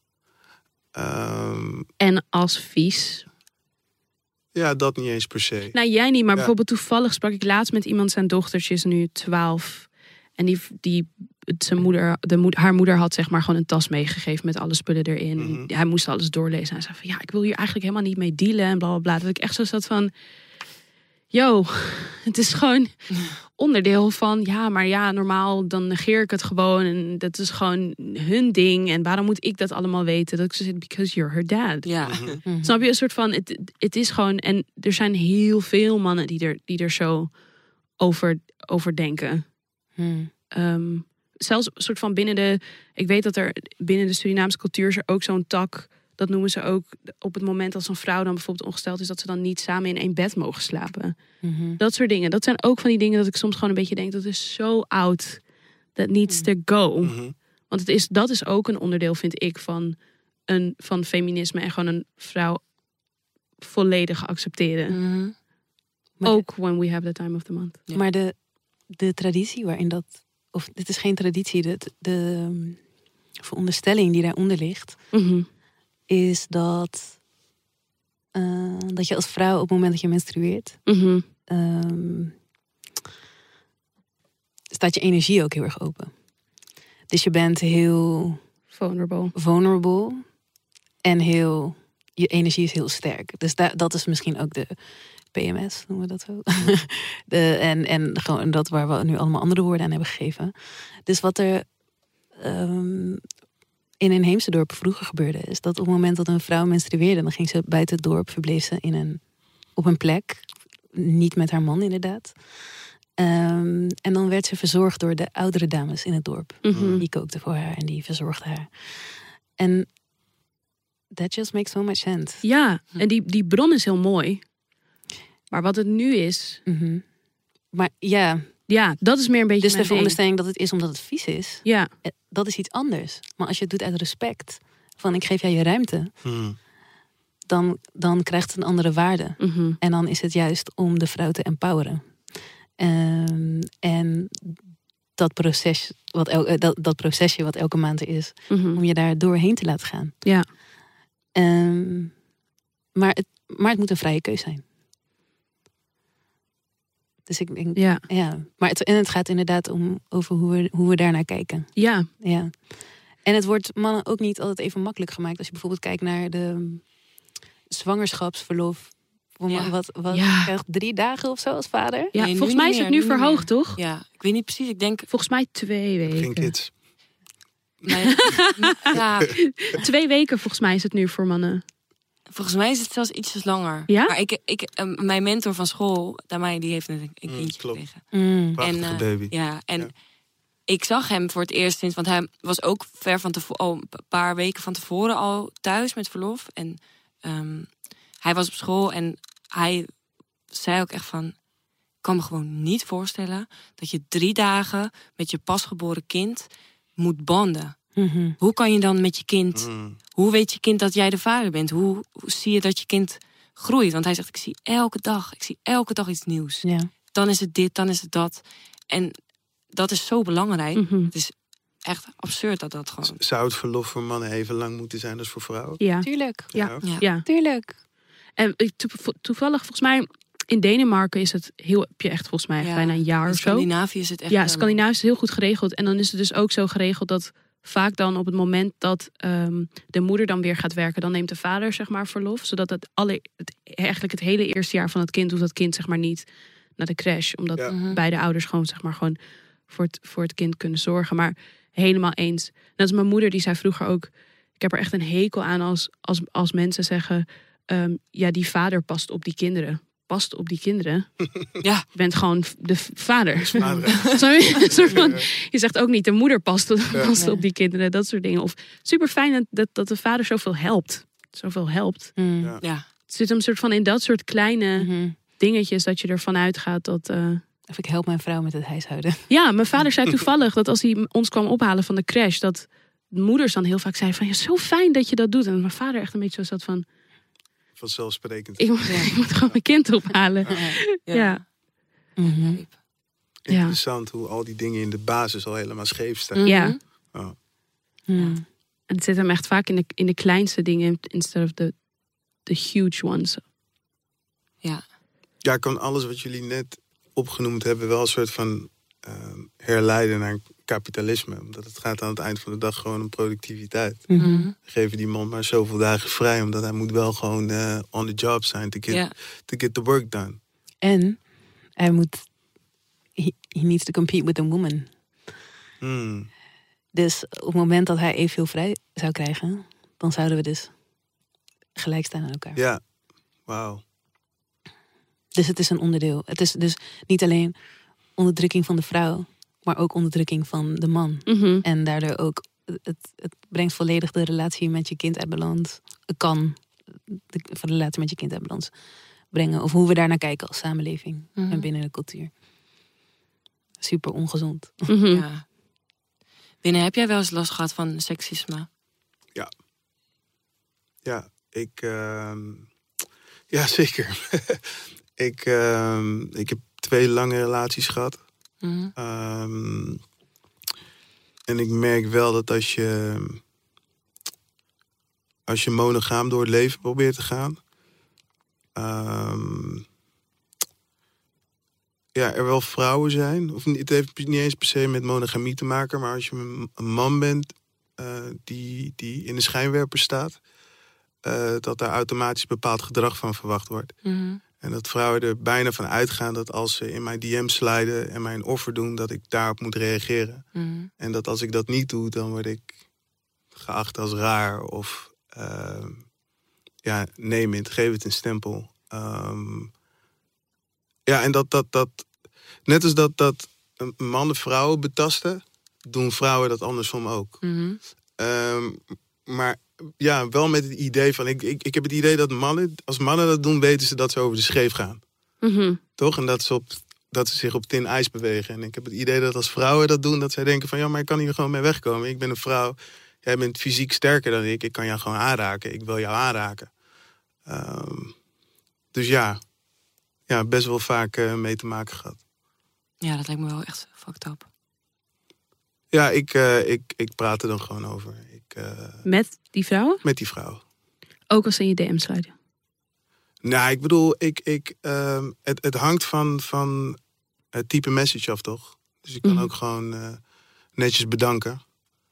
En als vies. Ja, dat niet eens per se. Nou, jij niet, maar bijvoorbeeld toevallig sprak ik laatst met iemand, zijn dochtertje is nu 12. En haar moeder had zeg maar gewoon een tas meegegeven met alle spullen erin. Hij moest alles doorlezen. Hij zei van, ik wil hier eigenlijk helemaal niet mee dealen en blablabla. Dat ik echt zo zat van, het is gewoon onderdeel van, normaal dan negeer ik het gewoon. En dat is gewoon hun ding. En waarom moet ik dat allemaal weten? Dat ik zo zit, because you're her dad. Ja. Snap je? Een soort van, het is gewoon, en er zijn heel veel mannen die er zo over denken. Zelfs een soort van ik weet dat er binnen de Surinaamse cultuur is er ook zo'n tak, dat noemen ze ook op het moment als een vrouw dan bijvoorbeeld ongesteld is, dat ze dan niet samen in één bed mogen slapen. Dat soort dingen. Dat zijn ook van die dingen dat ik soms gewoon een beetje denk, dat is zo oud. That needs to go. Want dat is ook een onderdeel, vind ik, van feminisme en gewoon een vrouw volledig accepteren. Ook when we have the time of the month. Ja. Maar de traditie waarin dat, of dit is geen traditie, de veronderstelling die daaronder ligt, is dat je als vrouw op het moment dat je menstrueert, staat je energie ook heel erg open. Dus je bent heel vulnerable en je energie is heel sterk. Dus dat is misschien ook de PMS, noemen we dat zo. En gewoon dat waar we nu allemaal andere woorden aan hebben gegeven. Dus wat er in Inheemse dorpen vroeger gebeurde, is dat op het moment dat een vrouw menstrueerde, dan ging ze buiten het dorp, verbleef ze op een plek, niet met haar man inderdaad. En dan werd ze verzorgd door de oudere dames in het dorp. Die kookten voor haar en die verzorgden haar. En that just makes so much sense. Ja, en die bron is heel mooi. Maar wat het nu is... Maar ja, dat is meer een beetje dus de veronderstelling dat het is omdat het vies is. Ja. Dat is iets anders. Maar als je het doet uit respect, van ik geef jou je ruimte, dan krijgt het een andere waarde. En dan is het juist om de vrouw te empoweren. En dat procesje wat elke maand er is, om je daar doorheen te laten gaan. Ja. Maar het moet een vrije keus zijn. Dus ik denk, maar het gaat inderdaad over hoe we daarnaar kijken. Ja. En het wordt mannen ook niet altijd even makkelijk gemaakt. Als je bijvoorbeeld kijkt naar de zwangerschapsverlof. Wat krijgt 3 dagen of zo als vader? Ja, nee, volgens mij is het nu verhoogd, toch? Ja, ik weet niet precies. Ik denk volgens mij 2 weken. Geen kids. Nee, 2 weken volgens mij is het nu voor mannen. Volgens mij is het zelfs ietsjes langer. Ja? Maar mijn mentor van school, die heeft een kindje gekregen. Prachtige baby. Ja, ik zag hem voor het eerst sinds, want hij was ook al een paar weken van tevoren al thuis met verlof. En hij was op school en hij zei ook echt van, ik kan me gewoon niet voorstellen dat je 3 dagen met je pasgeboren kind moet banden. Hoe kan je dan met je kind... Hoe weet je kind dat jij de vader bent? Hoe zie je dat je kind groeit? Want hij zegt, ik zie elke dag iets nieuws. Ja. Dan is het dit, dan is het dat. En dat is zo belangrijk. Het is echt absurd dat gewoon... Zou het verlof voor mannen even lang moeten zijn als voor vrouwen? Ja. Tuurlijk. Ja. Tuurlijk. En toevallig, volgens mij... In Denemarken is het heb je echt volgens mij bijna een jaar of zo. Scandinavië is het echt... Ja, Scandinavië is heel goed geregeld. En dan is het dus ook zo geregeld dat vaak dan op het moment dat de moeder dan weer gaat werken, dan neemt de vader zeg maar verlof. Zodat eigenlijk het hele eerste jaar van het kind hoeft dat kind zeg maar niet naar de crash. Omdat beide ouders gewoon voor het kind kunnen zorgen. Maar helemaal eens. Dat is mijn moeder, die zei vroeger ook, ik heb er echt een hekel aan als mensen zeggen, die vader past op die kinderen. Past op die kinderen. Ja. Je bent gewoon de vader. Je zegt ook niet de moeder past op die kinderen. Dat soort dingen. Of super fijn dat de vader zoveel helpt. Ja. Het zit een soort van in dat soort kleine dingetjes dat je ervan uitgaat dat... Of ik help mijn vrouw met het huishouden. Ja, mijn vader zei toevallig dat als hij ons kwam ophalen van de crash, dat de moeders dan heel vaak zeiden van, zo fijn dat je dat doet. En mijn vader echt een beetje zo zat van, vanzelfsprekend. Ik moet gewoon mijn kind ophalen. Ja. Interessant hoe al die dingen in de basis al helemaal scheef staan. Ja. Oh. En het zit hem echt vaak in de kleinste dingen instead of the huge ones. Ja, kan alles wat jullie net opgenoemd hebben wel een soort van herleiden naar kapitalisme. Omdat het gaat aan het eind van de dag gewoon om productiviteit. We geven die man maar zoveel dagen vrij, omdat hij moet wel gewoon on the job zijn to get the work done. En hij moet... He needs to compete with a woman. Dus op het moment dat hij evenveel vrij zou krijgen, dan zouden we dus gelijk staan aan elkaar. Ja, wauw. Dus het is een onderdeel. Het is dus niet alleen onderdrukking van de vrouw, maar ook onderdrukking van de man. En daardoor ook, het brengt volledig de relatie met je kind uit balans. Het kan de relatie met je kind uit balans brengen. Of hoe we daar naar kijken als samenleving en binnen de cultuur. Super ongezond. Ja. Winne, heb jij wel eens last gehad van seksisme? Ja, ja, zeker. Ik heb 2 lange relaties gehad. En ik merk wel dat als je monogaam door het leven probeert te gaan, er wel vrouwen zijn. Of het heeft niet eens per se met monogamie te maken, maar als je een man bent die in de schijnwerper staat, dat daar automatisch bepaald gedrag van verwacht wordt. En dat vrouwen er bijna van uitgaan dat als ze in mijn DM sliden en mij een offer doen, dat ik daarop moet reageren. En dat als ik dat niet doe, dan word ik geacht als raar of neem het, geef het een stempel. En dat net als dat mannen vrouwen betasten, doen vrouwen dat andersom ook. Maar ja, wel met het idee van... Ik heb het idee dat als mannen dat doen, weten ze dat ze over de scheef gaan. Toch? En dat ze zich op thin ijs bewegen. En ik heb het idee dat als vrouwen dat doen, dat zij denken van... ja, maar ik kan hier gewoon mee wegkomen. Ik ben een vrouw. Jij bent fysiek sterker dan ik. Ik kan jou gewoon aanraken. Ik wil jou aanraken. Dus ja, best wel vaak mee te maken gehad. Ja, dat lijkt me wel echt fucked up. Ja, ik praat er dan gewoon over. Met die vrouwen? Met die vrouwen. Ook als ze in je DM sluiten? Nou, ik bedoel, het hangt van het type message af, toch? Dus ik kan ook gewoon netjes bedanken.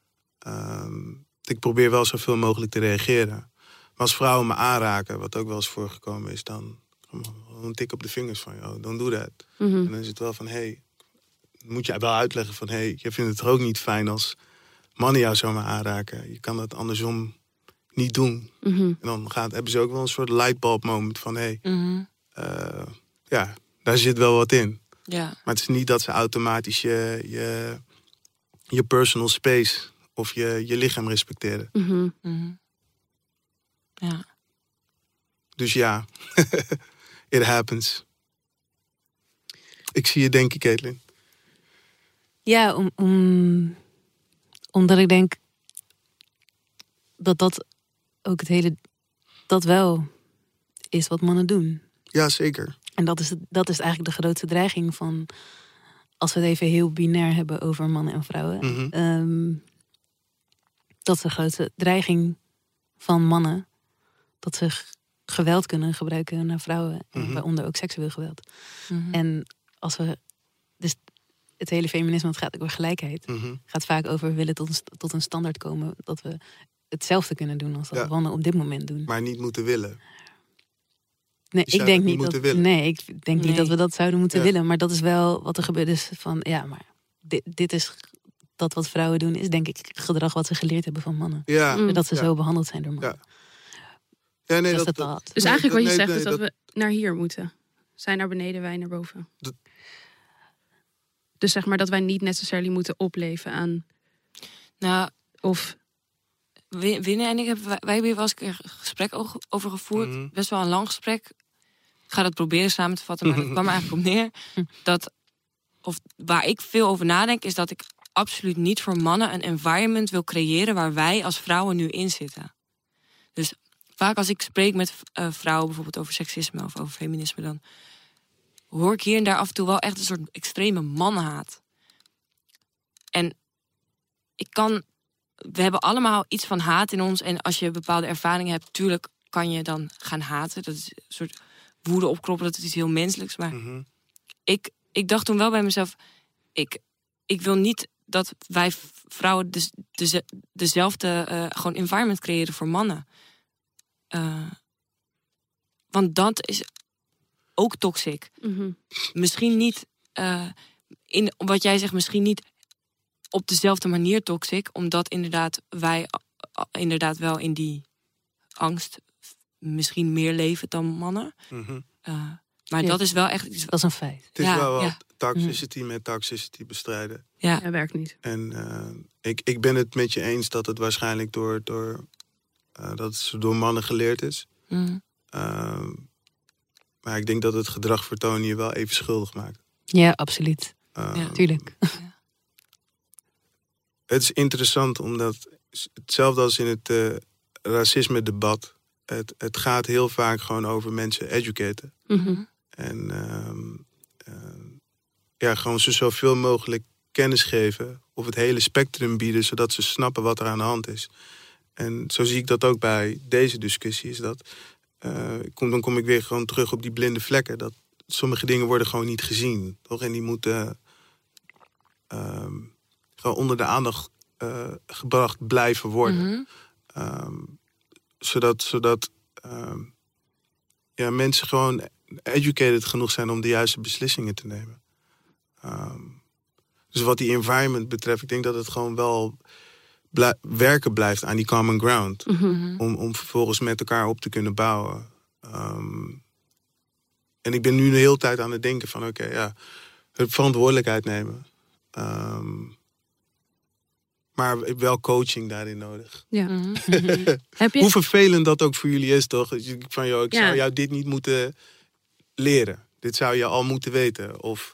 Ik probeer wel zoveel mogelijk te reageren. Maar als vrouwen me aanraken, wat ook wel eens voorgekomen is, dan een tik op de vingers van, joh, don't do that. En dan is het wel van, hey, moet je wel uitleggen van, hey, je vindt het toch ook niet fijn als mannen jou zomaar aanraken. Je kan dat andersom niet doen. En dan hebben ze ook wel een soort lightbulb moment van, hey, daar zit wel wat in. Ja. Maar het is niet dat ze automatisch je personal space of je lichaam respecteren. Ja. Dus ja, it happens. Ik zie je denken, Caitlin. Ja, omdat ik denk dat ook dat wel is wat mannen doen. Ja, zeker. En dat is eigenlijk de grootste dreiging van, als we het even heel binair hebben over mannen en vrouwen. Dat is de grootste dreiging van mannen, dat ze geweld kunnen gebruiken naar vrouwen, waaronder ook seksueel geweld. En als we, dus het hele feminisme, het gaat over gelijkheid. Gaat vaak over, we willen tot een standaard komen dat we hetzelfde kunnen doen als dat mannen op dit moment doen. Maar niet moeten willen. Nee, ik denk niet dat we dat zouden moeten willen. Maar dat is wel wat er gebeurt. Dus van, ja, maar dit is dat wat vrouwen doen, is denk ik gedrag wat ze geleerd hebben van mannen. Dat ze zo behandeld zijn door mannen. Ja, nee, dus eigenlijk wat je zegt is dat we naar hier moeten. Zij naar beneden, wij naar boven. Dus zeg maar dat wij niet necessarily moeten opleven aan... Nou, of... Winne en ik wij hebben hier wel eens een gesprek over gevoerd. Best wel een lang gesprek. Ik ga dat proberen samen te vatten, maar het kwam er eigenlijk op neer. Waar ik veel over nadenk, is dat ik absoluut niet voor mannen een environment wil creëren waar wij als vrouwen nu in zitten. Dus vaak als ik spreek met vrouwen bijvoorbeeld over seksisme of over feminisme, dan hoor ik hier en daar af en toe wel echt een soort extreme mannenhaat. En we hebben allemaal iets van haat in ons. En als je bepaalde ervaringen hebt, tuurlijk kan je dan gaan haten. Dat is een soort woede opkroppen, dat is iets heel menselijks. Maar ik dacht toen wel bij mezelf, ik wil niet dat wij vrouwen dezelfde gewoon environment creëren voor mannen. Want dat is ook toxic. Misschien niet, in wat jij zegt, misschien niet op dezelfde manier toxic. Omdat inderdaad wij inderdaad wel in die angst misschien meer leven dan mannen. Maar dat is wel echt iets. Dat is een feit. Het is wel toxicity met toxicity bestrijden. Ja, dat werkt niet. En ik ben het met je eens dat het waarschijnlijk door mannen geleerd is. Maar ik denk dat het gedrag vertonen je wel even schuldig maakt. Ja, absoluut. Tuurlijk. Het is interessant omdat hetzelfde als in het racisme-debat. Het gaat heel vaak gewoon over mensen educaten. En gewoon ze zoveel mogelijk kennis geven. Of het hele spectrum bieden, zodat ze snappen wat er aan de hand is. En zo zie ik dat ook bij deze discussie. Is dat, dan kom ik weer gewoon terug op die blinde vlekken. Dat sommige dingen worden gewoon niet gezien. Toch? En die moeten gewoon onder de aandacht gebracht blijven worden. Zodat mensen gewoon educated genoeg zijn om de juiste beslissingen te nemen. Dus wat die environment betreft, ik denk dat het gewoon wel werken blijft aan die common ground. Om vervolgens met elkaar op te kunnen bouwen. En ik ben nu de hele tijd aan het denken van het verantwoordelijkheid nemen. Maar wel coaching daarin nodig. Ja. Heb je... Hoe vervelend dat ook voor jullie is, toch? Van, ik zou jou dit niet moeten leren. Dit zou je al moeten weten. Of,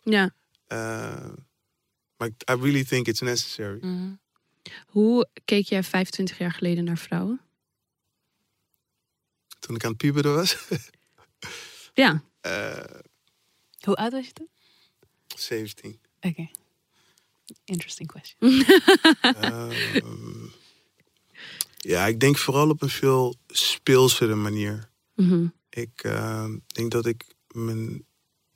maar I really think it's necessary. Hoe keek jij 25 jaar geleden naar vrouwen? Toen ik aan het puberen was? Ja. Hoe oud was je toen? 17. Oké. Interesting question. Ik denk vooral op een veel speelsere manier. Ik denk dat ik mijn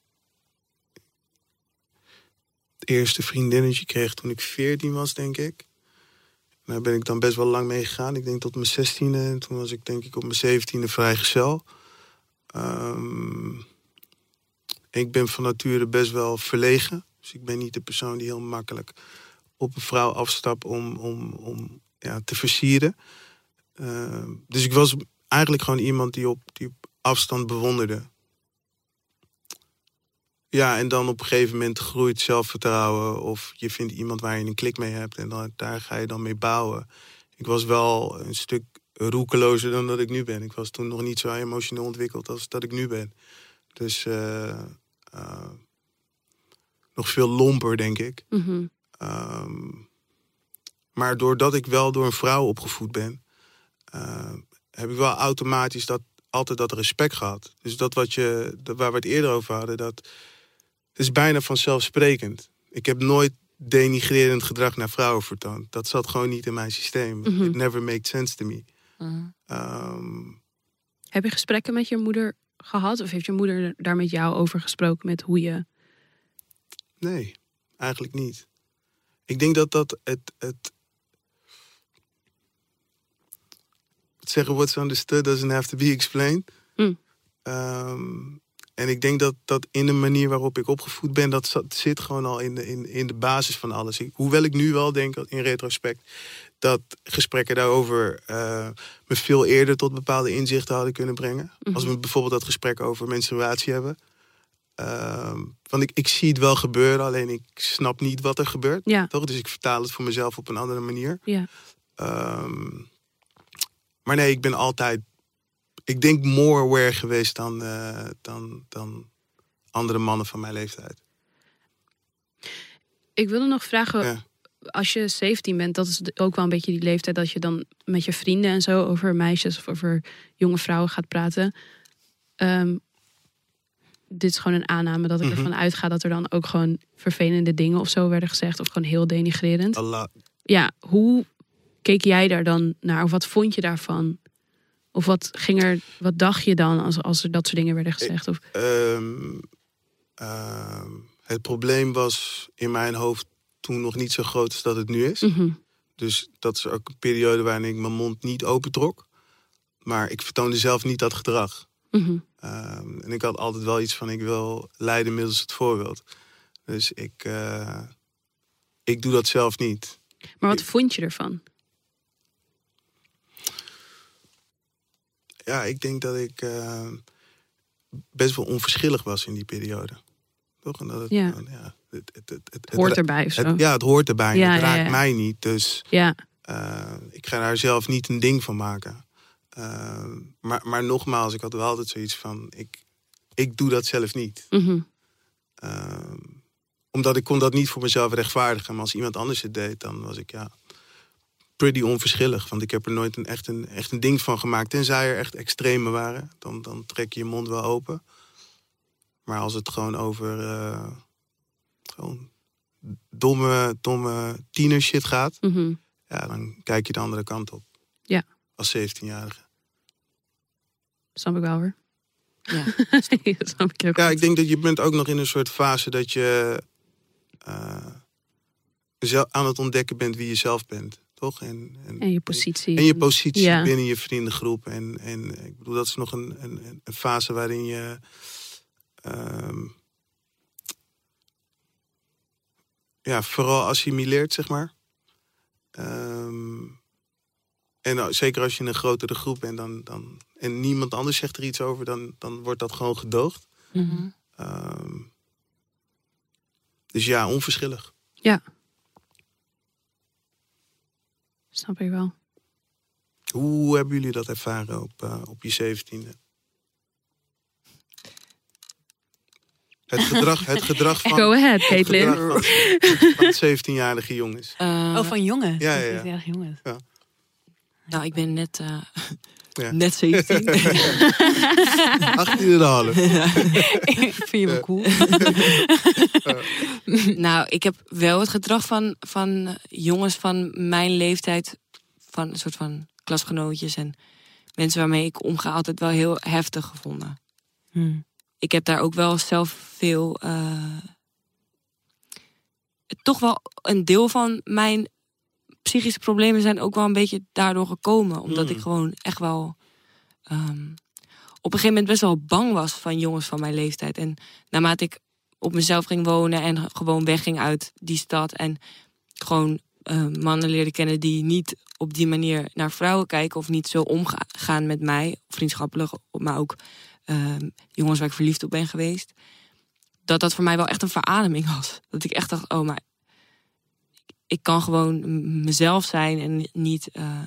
eerste vriendinnetje kreeg toen ik 14 was, denk ik. En daar ben ik dan best wel lang mee gegaan. Ik denk tot mijn 16e. En toen was ik denk ik op mijn 17e vrijgezel. Ik ben van nature best wel verlegen. Dus ik ben niet de persoon die heel makkelijk op een vrouw afstapt om te versieren. Dus ik was eigenlijk gewoon iemand die op afstand bewonderde. Ja, en dan op een gegeven moment groeit zelfvertrouwen. Of je vindt iemand waar je een klik mee hebt. En daar ga je dan mee bouwen. Ik was wel een stuk roekelozer dan dat ik nu ben. Ik was toen nog niet zo emotioneel ontwikkeld als dat ik nu ben. Dus nog veel lomper, denk ik. Maar doordat ik wel door een vrouw opgevoed ben, heb ik wel automatisch altijd dat respect gehad. Dus dat waar we het eerder over hadden, dat is bijna vanzelfsprekend. Ik heb nooit denigrerend gedrag naar vrouwen vertoond. Dat zat gewoon niet in mijn systeem. It never made sense to me. Heb je gesprekken met je moeder gehad? Of heeft je moeder daar met jou over gesproken met hoe je... Nee, eigenlijk niet. Ik denk dat het zeggen what's understood doesn't have to be explained. En ik denk dat in de manier waarop ik opgevoed ben, dat zit gewoon al in de basis van alles. Hoewel ik nu wel denk, in retrospect, dat gesprekken daarover me veel eerder tot bepaalde inzichten hadden kunnen brengen. Als we bijvoorbeeld dat gesprek over menstruatie hebben. Want ik zie het wel gebeuren, alleen ik snap niet wat er gebeurt. Ja. Toch? Dus ik vertaal het voor mezelf op een andere manier. Ja. Maar nee, ik ben altijd, ik denk, more aware geweest dan andere mannen van mijn leeftijd. Ik wilde nog vragen, als je 17 bent, dat is ook wel een beetje die leeftijd dat je dan met je vrienden en zo over meisjes of over jonge vrouwen gaat praten. dit is gewoon een aanname dat ik ervan uitga dat er dan ook gewoon vervelende dingen of zo werden gezegd. Of gewoon heel denigrerend. Allah. Ja, hoe keek jij daar dan naar? Of wat vond je daarvan? Of wat dacht je dan als er dat soort dingen werden gezegd? Het probleem was in mijn hoofd toen nog niet zo groot als dat het nu is. Dus dat is ook een periode waarin ik mijn mond niet opentrok. Maar ik vertoonde zelf niet dat gedrag. En ik had altijd wel iets van, ik wil leiden middels het voorbeeld. Dus ik doe dat zelf niet. Maar wat vond je ervan? Ja, ik denk dat ik best wel onverschillig was in die periode. Toch? En dat het hoort erbij of zo. Het hoort erbij. Ja, het raakt mij niet. Dus ja. Ik ga daar zelf niet een ding van maken. Maar nogmaals, ik had wel altijd zoiets van, ik doe dat zelf niet. Omdat ik kon dat niet voor mezelf rechtvaardigen. Maar als iemand anders het deed, dan was ik pretty onverschillig. Want ik heb er nooit echt een ding van gemaakt. Tenzij er echt extreme waren. Dan trek je je mond wel open. Maar als het gewoon over gewoon domme tienershit gaat. Ja, dan kijk je de andere kant op. Ja. Als 17-jarige. Snap ik wel hoor. Ja, snap ik ook. Ja, ik denk dat je bent ook nog in een soort fase dat je aan het ontdekken bent wie je zelf bent. Toch? En je positie. En je positie binnen je vriendengroep. En ik bedoel, dat is nog een fase waarin je vooral assimileert, zeg maar. En zeker als je in een grotere groep bent en niemand anders zegt er iets over, dan wordt dat gewoon gedoogd. Dus ja, onverschillig. Ja. Snap ik wel. Hoe hebben jullie dat ervaren op je 17e? Het gedrag van... Go ahead, Caitlin. Van 17-jarige jongens. Van jongens? Ja. 17-jarige jongens. Ja. Nou, ik ben net 17. 18 en een half. Vind je me cool? Nou, ik heb wel het gedrag van jongens van mijn leeftijd, van een soort van klasgenootjes en mensen waarmee ik omga, altijd wel heel heftig gevonden. Ik heb daar ook wel zelf veel... toch wel een deel van mijn psychische problemen zijn ook wel een beetje daardoor gekomen. Omdat ik gewoon echt wel op een gegeven moment best wel bang was van jongens van mijn leeftijd. En naarmate ik op mezelf ging wonen en gewoon wegging uit die stad en gewoon mannen leerde kennen die niet op die manier naar vrouwen kijken of niet zo omgaan met mij, vriendschappelijk, maar ook jongens waar ik verliefd op ben geweest, dat voor mij wel echt een verademing was. Dat ik echt dacht, oh, maar ik kan gewoon mezelf zijn en niet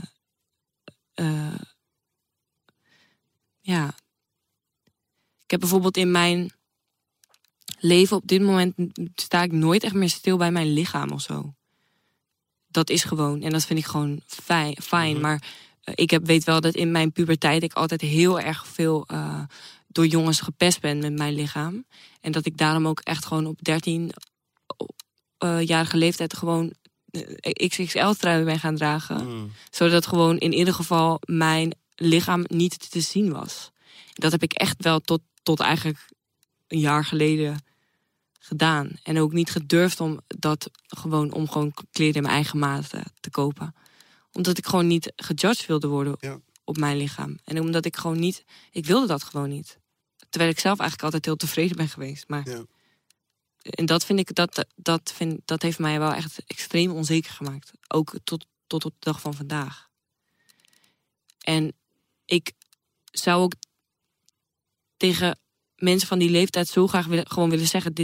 Ik heb bijvoorbeeld in mijn leven op dit moment sta ik nooit echt meer stil bij mijn lichaam of zo. Dat is gewoon, en dat vind ik gewoon fijn. Maar ik weet wel dat in mijn puberteit ik altijd heel erg veel door jongens gepest ben met mijn lichaam. En dat ik daarom ook echt gewoon op 13-jarige leeftijd gewoon XXL-trui ben gaan dragen. Zodat gewoon in ieder geval mijn lichaam niet te zien was. Dat heb ik echt wel tot eigenlijk een jaar geleden gedaan. En ook niet gedurfd om gewoon kleren in mijn eigen maat te kopen. Omdat ik gewoon niet gejudged wilde worden op mijn lichaam. En omdat ik gewoon niet... Ik wilde dat gewoon niet. Terwijl ik zelf eigenlijk altijd heel tevreden ben geweest. Maar... Ja. En dat vind ik, dat heeft mij wel echt extreem onzeker gemaakt. Ook tot op de dag van vandaag. En ik zou ook tegen mensen van die leeftijd zo graag gewoon willen zeggen,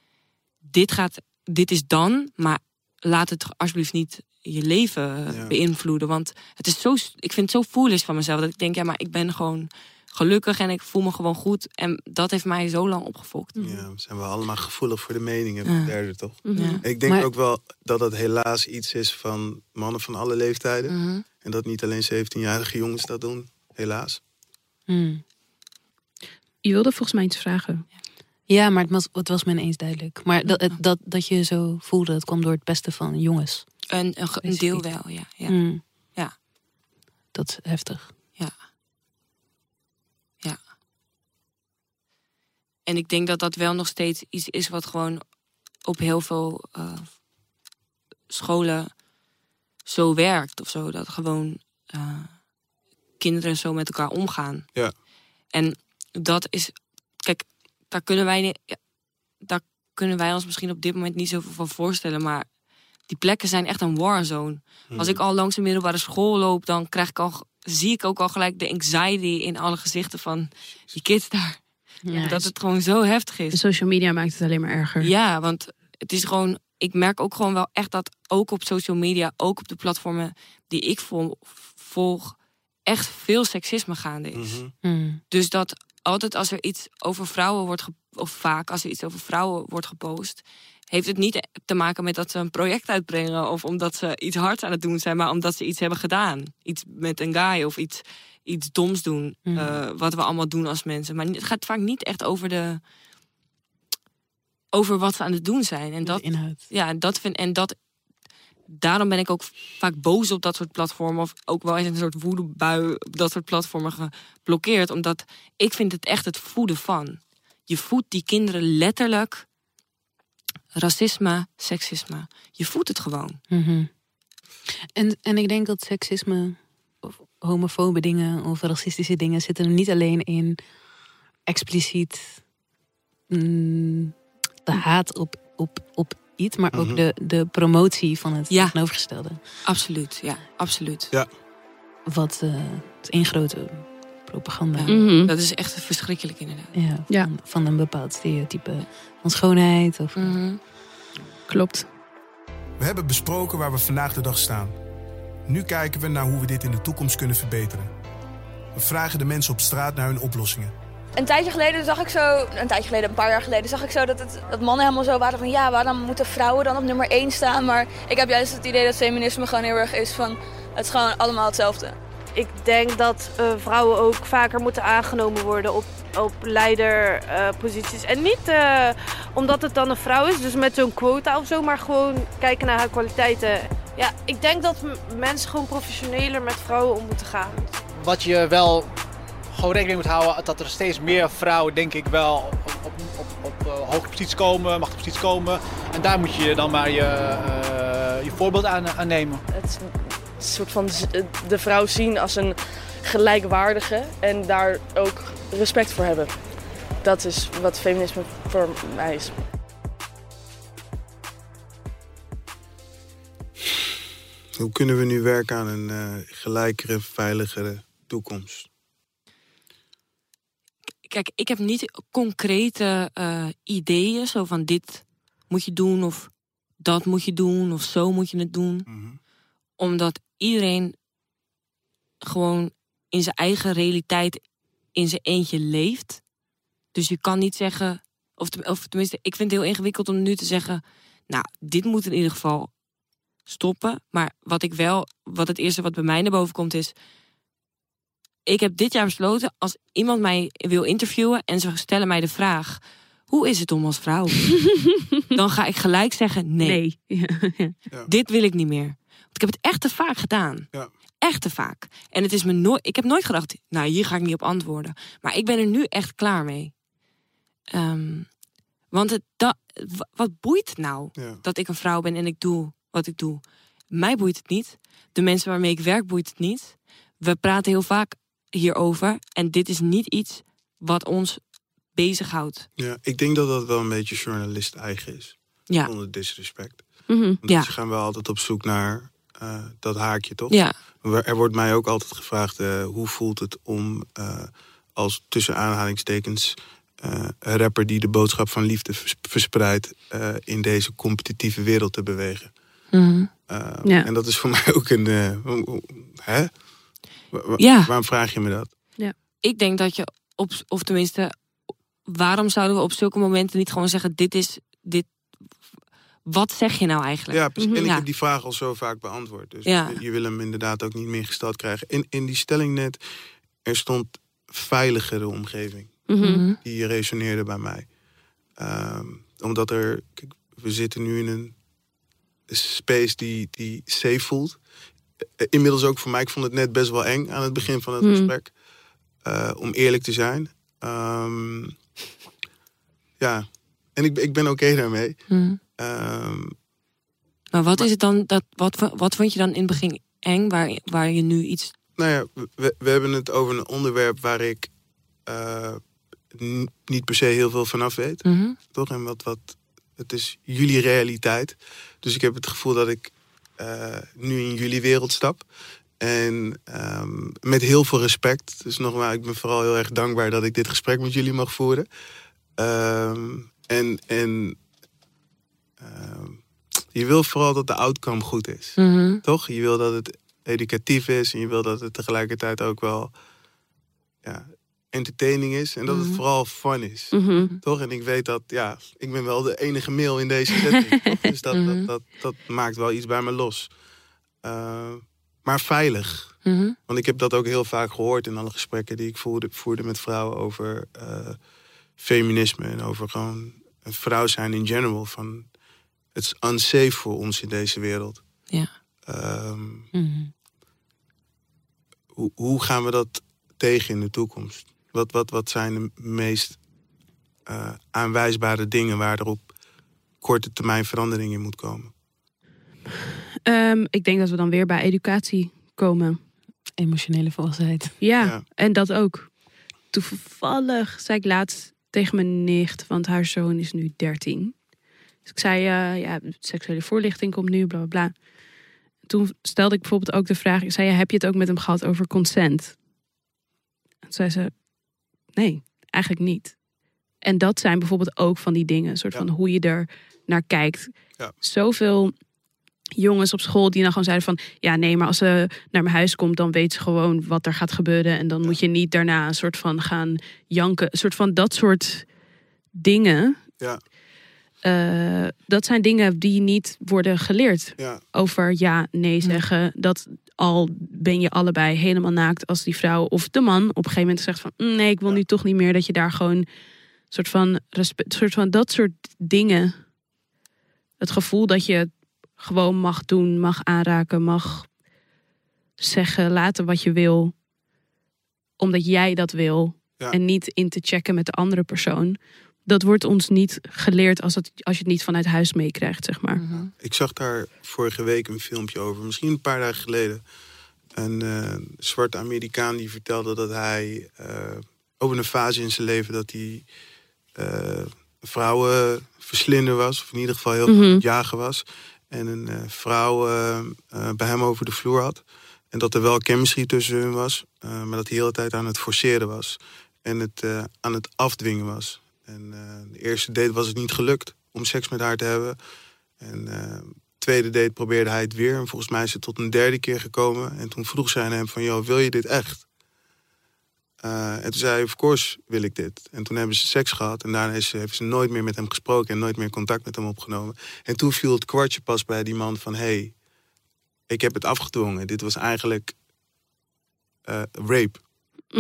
dit is dan, maar laat het alsjeblieft niet je leven beïnvloeden. Want het is ik vind het zo foolish van mezelf dat ik denk, ja, maar ik ben gewoon gelukkig en ik voel me gewoon goed. En dat heeft mij zo lang opgefokt. Ja, we zijn wel allemaal gevoelig voor de meningen. Ja. Derde, toch? Ja. Ik denk ook wel dat het helaas iets is van mannen van alle leeftijden. En dat niet alleen 17-jarige jongens dat doen. Helaas. Je wilde volgens mij iets vragen. Ja, maar het was me ineens duidelijk. Maar dat je zo voelde, het kwam door het pesten van jongens. Een deel wel, ja. Ja. Dat is heftig. Ja. En ik denk dat dat wel nog steeds iets is wat gewoon op heel veel scholen zo werkt of zo. Dat gewoon kinderen zo met elkaar omgaan. Ja. En dat is... Kijk, daar kunnen wij ons misschien op dit moment niet zoveel van voorstellen. Maar die plekken zijn echt een warzone. Als ik al langs de middelbare school loop, dan zie ik ook al gelijk de anxiety in alle gezichten van die kids daar. Ja, dat het gewoon zo heftig is. De social media maakt het alleen maar erger. Ja, want het is gewoon... Ik merk ook gewoon wel echt dat ook op social media, ook op de platformen die ik volg, echt veel seksisme gaande is. Dus dat altijd als er iets over vrouwen vaak als er iets over vrouwen wordt gepost, heeft het niet te maken met dat ze een project uitbrengen of omdat ze iets hards aan het doen zijn, maar omdat ze iets hebben gedaan. Iets met een guy of iets doms doen, wat we allemaal doen als mensen. Maar het gaat vaak niet echt over wat ze aan het doen zijn. En dat, inhoud. Ja, daarom ben ik ook vaak boos op dat soort platformen. Of ook wel eens een soort woedebui op dat soort platformen geblokkeerd. Omdat ik vind het echt het voeden van. Je voedt die kinderen letterlijk racisme, seksisme. Je voedt het gewoon. En ik denk dat seksisme of homofobe dingen of racistische dingen zitten er niet alleen in expliciet de haat op iets, maar ook de promotie van het tegenovergestelde. Absoluut, ja, absoluut. Ja. Wat het één grote propaganda. Dat is echt verschrikkelijk inderdaad. Ja, van een bepaald stereotype van schoonheid. Of Klopt. We hebben besproken waar we vandaag de dag staan. Nu kijken we naar hoe we dit in de toekomst kunnen verbeteren. We vragen de mensen op straat naar hun oplossingen. Een paar jaar geleden zag ik zo dat mannen helemaal zo waren van ja, waarom moeten vrouwen dan op nummer 1 staan? Maar ik heb juist het idee dat feminisme gewoon heel erg is van het is gewoon allemaal hetzelfde. Ik denk dat vrouwen ook vaker moeten aangenomen worden op leiderposities. En niet omdat het dan een vrouw is, dus met zo'n quota of zo, maar gewoon kijken naar haar kwaliteiten. Ja, ik denk dat mensen gewoon professioneler met vrouwen om moeten gaan. Wat je wel gewoon rekening moet houden, dat er steeds meer vrouwen, denk ik, wel op hoge posities komen, machtige komen. En daar moet je dan maar je voorbeeld aan nemen. Het soort van de vrouw zien als een gelijkwaardige en daar ook respect voor hebben. Dat is wat feminisme voor mij is. Hoe kunnen we nu werken aan een gelijkere, veiligere toekomst? Kijk, ik heb niet concrete ideeën, zo van dit moet je doen of dat moet je doen of zo moet je het doen. Omdat iedereen gewoon in zijn eigen realiteit in zijn eentje leeft. Dus je kan niet zeggen, of tenminste, ik vind het heel ingewikkeld om nu te zeggen, nou, dit moet in ieder geval stoppen. Maar wat het eerste wat bij mij naar boven komt is, ik heb dit jaar besloten, als iemand mij wil interviewen en ze stellen mij de vraag, hoe is het om als vrouw? Dan ga ik gelijk zeggen, nee. Ja. Dit wil ik niet meer. Want ik heb het echt te vaak gedaan. Ja. Echt te vaak. En het is ik heb nooit gedacht, nou, hier ga ik niet op antwoorden. Maar ik ben er nu echt klaar mee. Want wat boeit het nou? Ja. Dat ik een vrouw ben en ik doe wat ik doe. Mij boeit het niet. De mensen waarmee ik werk boeit het niet. We praten heel vaak hierover. En dit is niet iets wat ons bezighoudt. Ja, ik denk dat dat wel een beetje journalist eigen is. Ja. Zonder disrespect. Ja. Want ze gaan wel altijd op zoek naar dat haakje, toch? Ja. Er wordt mij ook altijd gevraagd, hoe voelt het om als tussen aanhalingstekens een rapper die de boodschap van liefde verspreidt in deze competitieve wereld te bewegen. Ja. En dat is voor mij ook een... hè? Waarom vraag je me dat? Ja. Ik denk dat je of tenminste, waarom zouden we op zulke momenten niet gewoon zeggen, dit. Wat zeg je nou eigenlijk? Ja, precies. En ik heb die vraag al zo vaak beantwoord. Dus je wil hem inderdaad ook niet meer gesteld krijgen. In die stelling net, er stond veiligere omgeving. Die resoneerde bij mij. Omdat kijk, we zitten nu in een space die safe voelt. Inmiddels ook voor mij. Ik vond het net best wel eng aan het begin van het gesprek. Om eerlijk te zijn. Ja, en ik ben oké daarmee. Maar wat is het dan? Wat vond je dan in het begin eng? Waar je nu iets... Nou ja, we hebben het over een onderwerp waar ik niet per se heel veel vanaf weet. Toch? En het is jullie realiteit. Dus ik heb het gevoel dat ik nu in jullie wereld stap. En met heel veel respect. Dus nogmaals, ik ben vooral heel erg dankbaar dat ik dit gesprek met jullie mag voeren. Je wil vooral dat de outcome goed is. Toch? Je wil dat het educatief is. En je wil dat het tegelijkertijd ook wel entertaining is. En dat het vooral fun is. Toch? En ik weet dat, ik ben wel de enige male in deze setting. Toch? Dus dat maakt wel iets bij me los. Maar veilig. Want ik heb dat ook heel vaak gehoord in alle gesprekken die ik voerde met vrouwen over feminisme. En over gewoon een vrouw zijn in general. Van, het is unsafe voor ons in deze wereld. Ja. Hoe gaan we dat tegen in de toekomst? Wat zijn de meest aanwijsbare dingen waar er op korte termijn verandering in moet komen? Ik denk dat we dan weer bij educatie komen. Emotionele volwassenheid. Ja, en dat ook. Toevallig zei ik laatst tegen mijn nicht, want haar zoon is nu 13. Dus ik zei, seksuele voorlichting komt nu, bla bla bla. Toen stelde ik bijvoorbeeld ook de vraag, ik zei, heb je het ook met hem gehad over consent? En toen zei ze, nee, eigenlijk niet. En dat zijn bijvoorbeeld ook van die dingen, een soort van hoe je er naar kijkt. Ja. Zoveel jongens op school die dan gewoon zeiden van, ja nee, maar als ze naar mijn huis komt, dan weet ze gewoon wat er gaat gebeuren. En dan moet je niet daarna een soort van gaan janken. Een soort van dat soort dingen. Ja. Dat zijn dingen die niet worden geleerd. Ja. Over ja, nee zeggen. Dat al ben je allebei helemaal naakt als die vrouw of de man op een gegeven moment zegt van, nee, ik wil nu toch niet meer, dat je daar gewoon soort van respect, soort van dat soort dingen. Het gevoel dat je gewoon mag doen, mag aanraken, mag zeggen, laten wat je wil. Omdat jij dat wil. Ja. En niet in te checken met de andere persoon. Dat wordt ons niet geleerd als je het niet vanuit huis meekrijgt, zeg maar. Ik zag daar vorige week een filmpje over. Misschien een paar dagen geleden. Een zwarte Amerikaan die vertelde dat hij over een fase in zijn leven dat hij vrouwen verslinder was. Of in ieder geval heel veel aan het jagen was. En een vrouw bij hem over de vloer had. En dat er wel chemistry tussen hun was. Maar dat hij de hele tijd aan het forceren was. En het aan het afdwingen was. En de eerste date was het niet gelukt om seks met haar te hebben. En de tweede date probeerde hij het weer. En volgens mij is het tot een derde keer gekomen. En toen vroeg zij aan hem van, joh, wil je dit echt? En toen zei hij, of course wil ik dit. En toen hebben ze seks gehad. En daarna heeft ze nooit meer met hem gesproken. En nooit meer contact met hem opgenomen. En toen viel het kwartje pas bij die man van, hey, ik heb het afgedwongen. Dit was eigenlijk rape.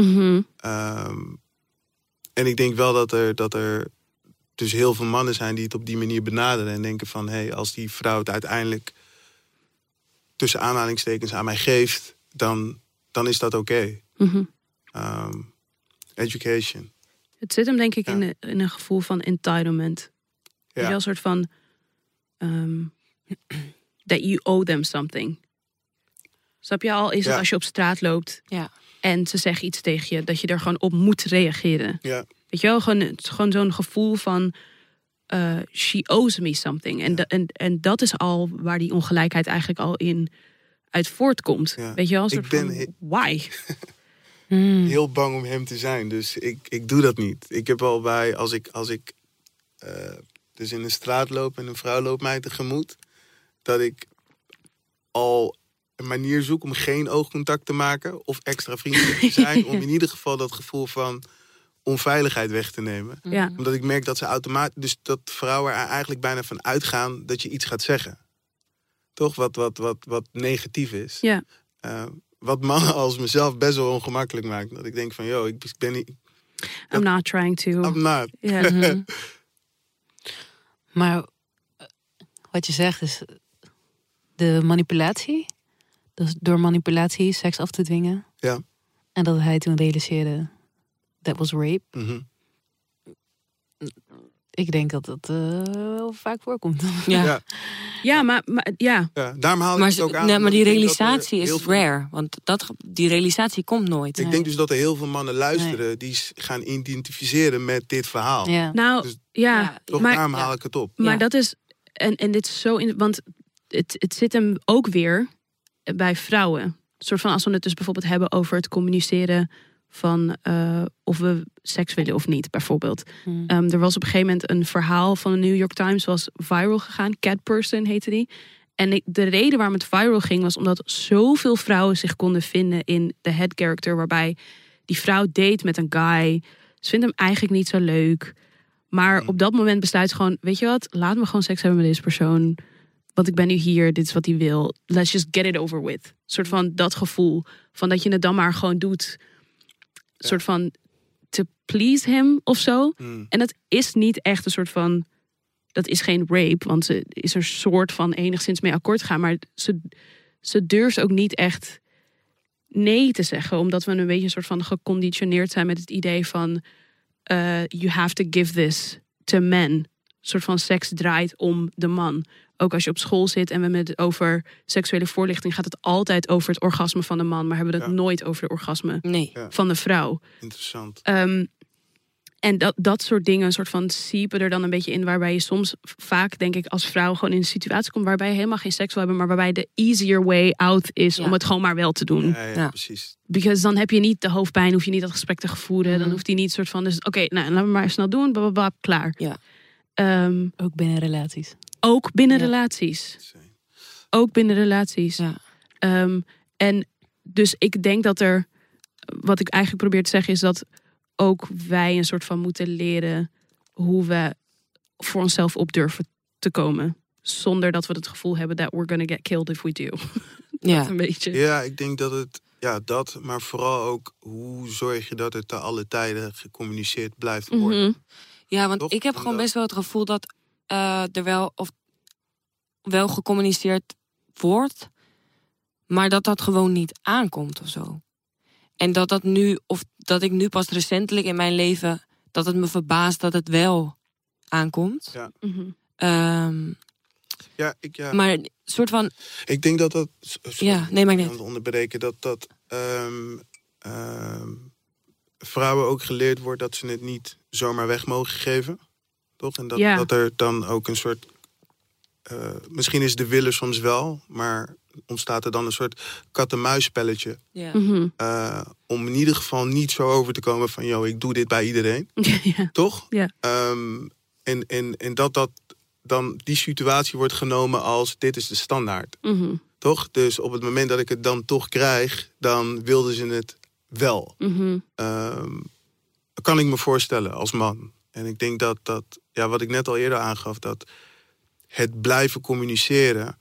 En ik denk wel dat er dus heel veel mannen zijn die het op die manier benaderen. En denken van, hey, als die vrouw het uiteindelijk tussen aanhalingstekens aan mij geeft, dan is dat oké. Education. Het zit hem denk ik in een gevoel van entitlement. Ja. Wel een soort van that you owe them something. Snap je al? Is het als je op straat loopt en ze zeggen iets tegen je, dat je er gewoon op moet reageren. Ja. Weet je wel? Gewoon zo'n gevoel van she owes me something. En dat is al waar die ongelijkheid eigenlijk al uit voortkomt. Ja. Weet je wel? Een soort van why? Heel bang om hem te zijn. Dus ik doe dat niet. Ik heb al bij, als ik dus in de straat loop en een vrouw loopt mij tegemoet, dat ik al een manier zoek om geen oogcontact te maken of extra vriendelijk te zijn, om in ieder geval dat gevoel van onveiligheid weg te nemen. Ja. Omdat ik merk dat ze automatisch, dus dat vrouwen er eigenlijk bijna van uitgaan dat je iets gaat zeggen. Toch? Wat negatief is. Ja. Wat mannen als mezelf best wel ongemakkelijk maakt. Dat ik denk van, ik ben niet. I'm not trying to. I'm not. Yeah. Maar wat je zegt is de manipulatie. Dus door manipulatie seks af te dwingen. Ja. En dat hij toen realiseerde, that was rape. Mm-hmm. Ik denk dat dat wel vaak voorkomt. Ja, maar ja. Daarom haal ik het ook aan. Nee, maar die realisatie is rare. Want die realisatie komt nooit. Ik denk dus dat er heel veel mannen luisteren die gaan identificeren met dit verhaal. Ja. Nou, Dus maar daarom haal ik het op. Maar dat is, en dit is zo, want het zit hem ook weer bij vrouwen. Een soort van, als we het dus bijvoorbeeld hebben over het communiceren van of we seks willen of niet, bijvoorbeeld. Er was op een gegeven moment een verhaal van de New York Times, was viral gegaan. Cat Person heette die. En de reden waarom het viral ging, was omdat zoveel vrouwen zich konden vinden in de head character, waarbij die vrouw date met een guy. Ze vindt hem eigenlijk niet zo leuk. Maar op dat moment besluit ze gewoon, weet je wat, laat me gewoon seks hebben met deze persoon. Want ik ben nu hier, dit is wat hij wil. Let's just get it over with. Een soort van dat gevoel van dat je het dan maar gewoon doet. Een soort van to please him of zo. En dat is niet echt een soort van, dat is geen rape, want ze is er soort van enigszins mee akkoord gaan. Maar ze durft ook niet echt nee te zeggen, omdat we een beetje een soort van geconditioneerd zijn met het idee van you have to give this to men. Een soort van seks draait om de man. Ook als je op school zit en we hebben het over seksuele voorlichting, gaat het altijd over het orgasme van de man, maar hebben we het nooit over de orgasme van de vrouw. Interessant. En dat soort dingen, een soort van siepen er dan een beetje in, waarbij je soms vaak, denk ik, als vrouw gewoon in een situatie komt waarbij je helemaal geen seks wil hebben, maar waarbij de easier way out is om het gewoon maar wel te doen. Ja, precies. Because dan heb je niet de hoofdpijn, hoef je niet dat gesprek te voeren, dan hoeft hij niet soort van, dus oké, nou, laten we maar snel doen, blablabla, klaar. Ja. Ook binnen relaties. Ook binnen relaties. Ook binnen relaties. Ja. En dus ik denk dat er, wat ik eigenlijk probeer te zeggen, is dat ook wij een soort van moeten leren hoe we voor onszelf op durven te komen. Zonder dat we het gevoel hebben that we're gonna get killed if we do. Dat een beetje. Ja, ik denk dat het, dat, maar vooral ook hoe zorg je dat het te alle tijden gecommuniceerd blijft worden. Ja, want ik heb gewoon best wel het gevoel dat er wel gecommuniceerd wordt, maar dat gewoon niet aankomt of zo. En dat ik nu pas recentelijk in mijn leven, dat het me verbaast dat het wel aankomt. Ja. Maar soort van. Ik denk dat dat. Maar niet. Onderbreken dat vrouwen ook geleerd wordt dat ze het niet zomaar weg mogen geven, toch? En dat er dan ook een soort. Misschien is de willen soms wel, maar ontstaat er dan een soort kat-en-muisspelletje. Om in ieder geval niet zo over te komen van, ik doe dit bij iedereen. Toch? Ja. En dat dan die situatie wordt genomen als dit is de standaard. Toch? Dus op het moment dat ik het dan toch krijg, dan wilden ze het wel. Kan ik me voorstellen als man. En ik denk dat wat ik net al eerder aangaf, dat het blijven communiceren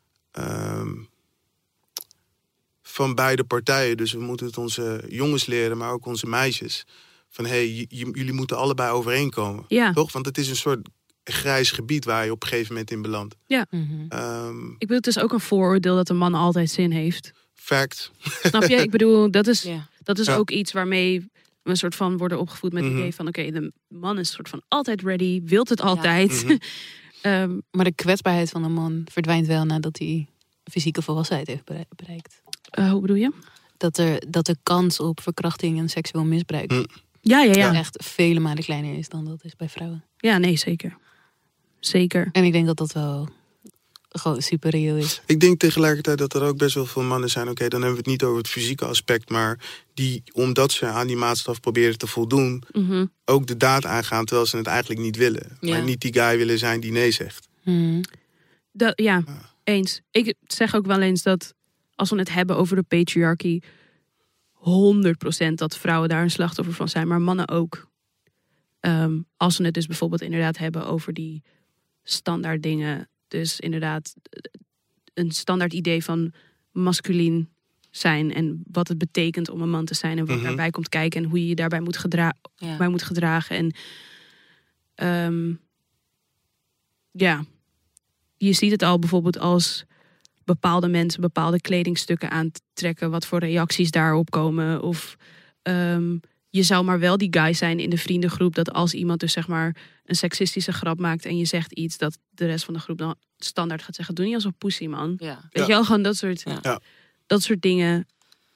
van beide partijen. Dus we moeten het onze jongens leren, maar ook onze meisjes. Van jullie moeten allebei overeenkomen. Ja. Toch? Want het is een soort grijs gebied waar je op een gegeven moment in belandt. Ja. Ik bedoel, het is ook een vooroordeel dat een man altijd zin heeft. Fact. Snap je? Ik bedoel, dat is ook iets waarmee we een soort van worden opgevoed met het idee van, de man is een soort van altijd ready, wilt het altijd. Maar de kwetsbaarheid van een man verdwijnt wel nadat hij fysieke volwassenheid heeft bereikt. Hoe bedoel je? Dat de kans op verkrachting en seksueel misbruik echt vele malen kleiner is dan dat is bij vrouwen. Ja, nee, zeker. Zeker. En ik denk dat dat wel gewoon super reëel is. Ik denk tegelijkertijd dat er ook best wel veel mannen zijn. Oké, dan hebben we het niet over het fysieke aspect, maar die, omdat ze aan die maatstaf proberen te voldoen, ook de daad aangaan terwijl ze het eigenlijk niet willen. Maar niet die guy willen zijn die nee zegt. Eens. Ik zeg ook wel eens dat als we het hebben over de patriarchy, 100% dat vrouwen daar een slachtoffer van zijn, maar mannen ook. Als we het dus bijvoorbeeld inderdaad hebben over die standaard dingen. Dus inderdaad een standaard idee van masculien zijn en wat het betekent om een man te zijn en wat daarbij komt kijken en hoe je je daarbij moet, bij moet gedragen. En ja, je ziet het al bijvoorbeeld als bepaalde mensen bepaalde kledingstukken aantrekken, wat voor reacties daarop komen. Of je zou maar wel die guy zijn in de vriendengroep, dat als iemand dus zeg maar een seksistische grap maakt en je zegt iets, dat de rest van de groep dan standaard gaat zeggen, doe niet als een pussy, man. Ja. Weet je wel, gewoon dat soort dingen.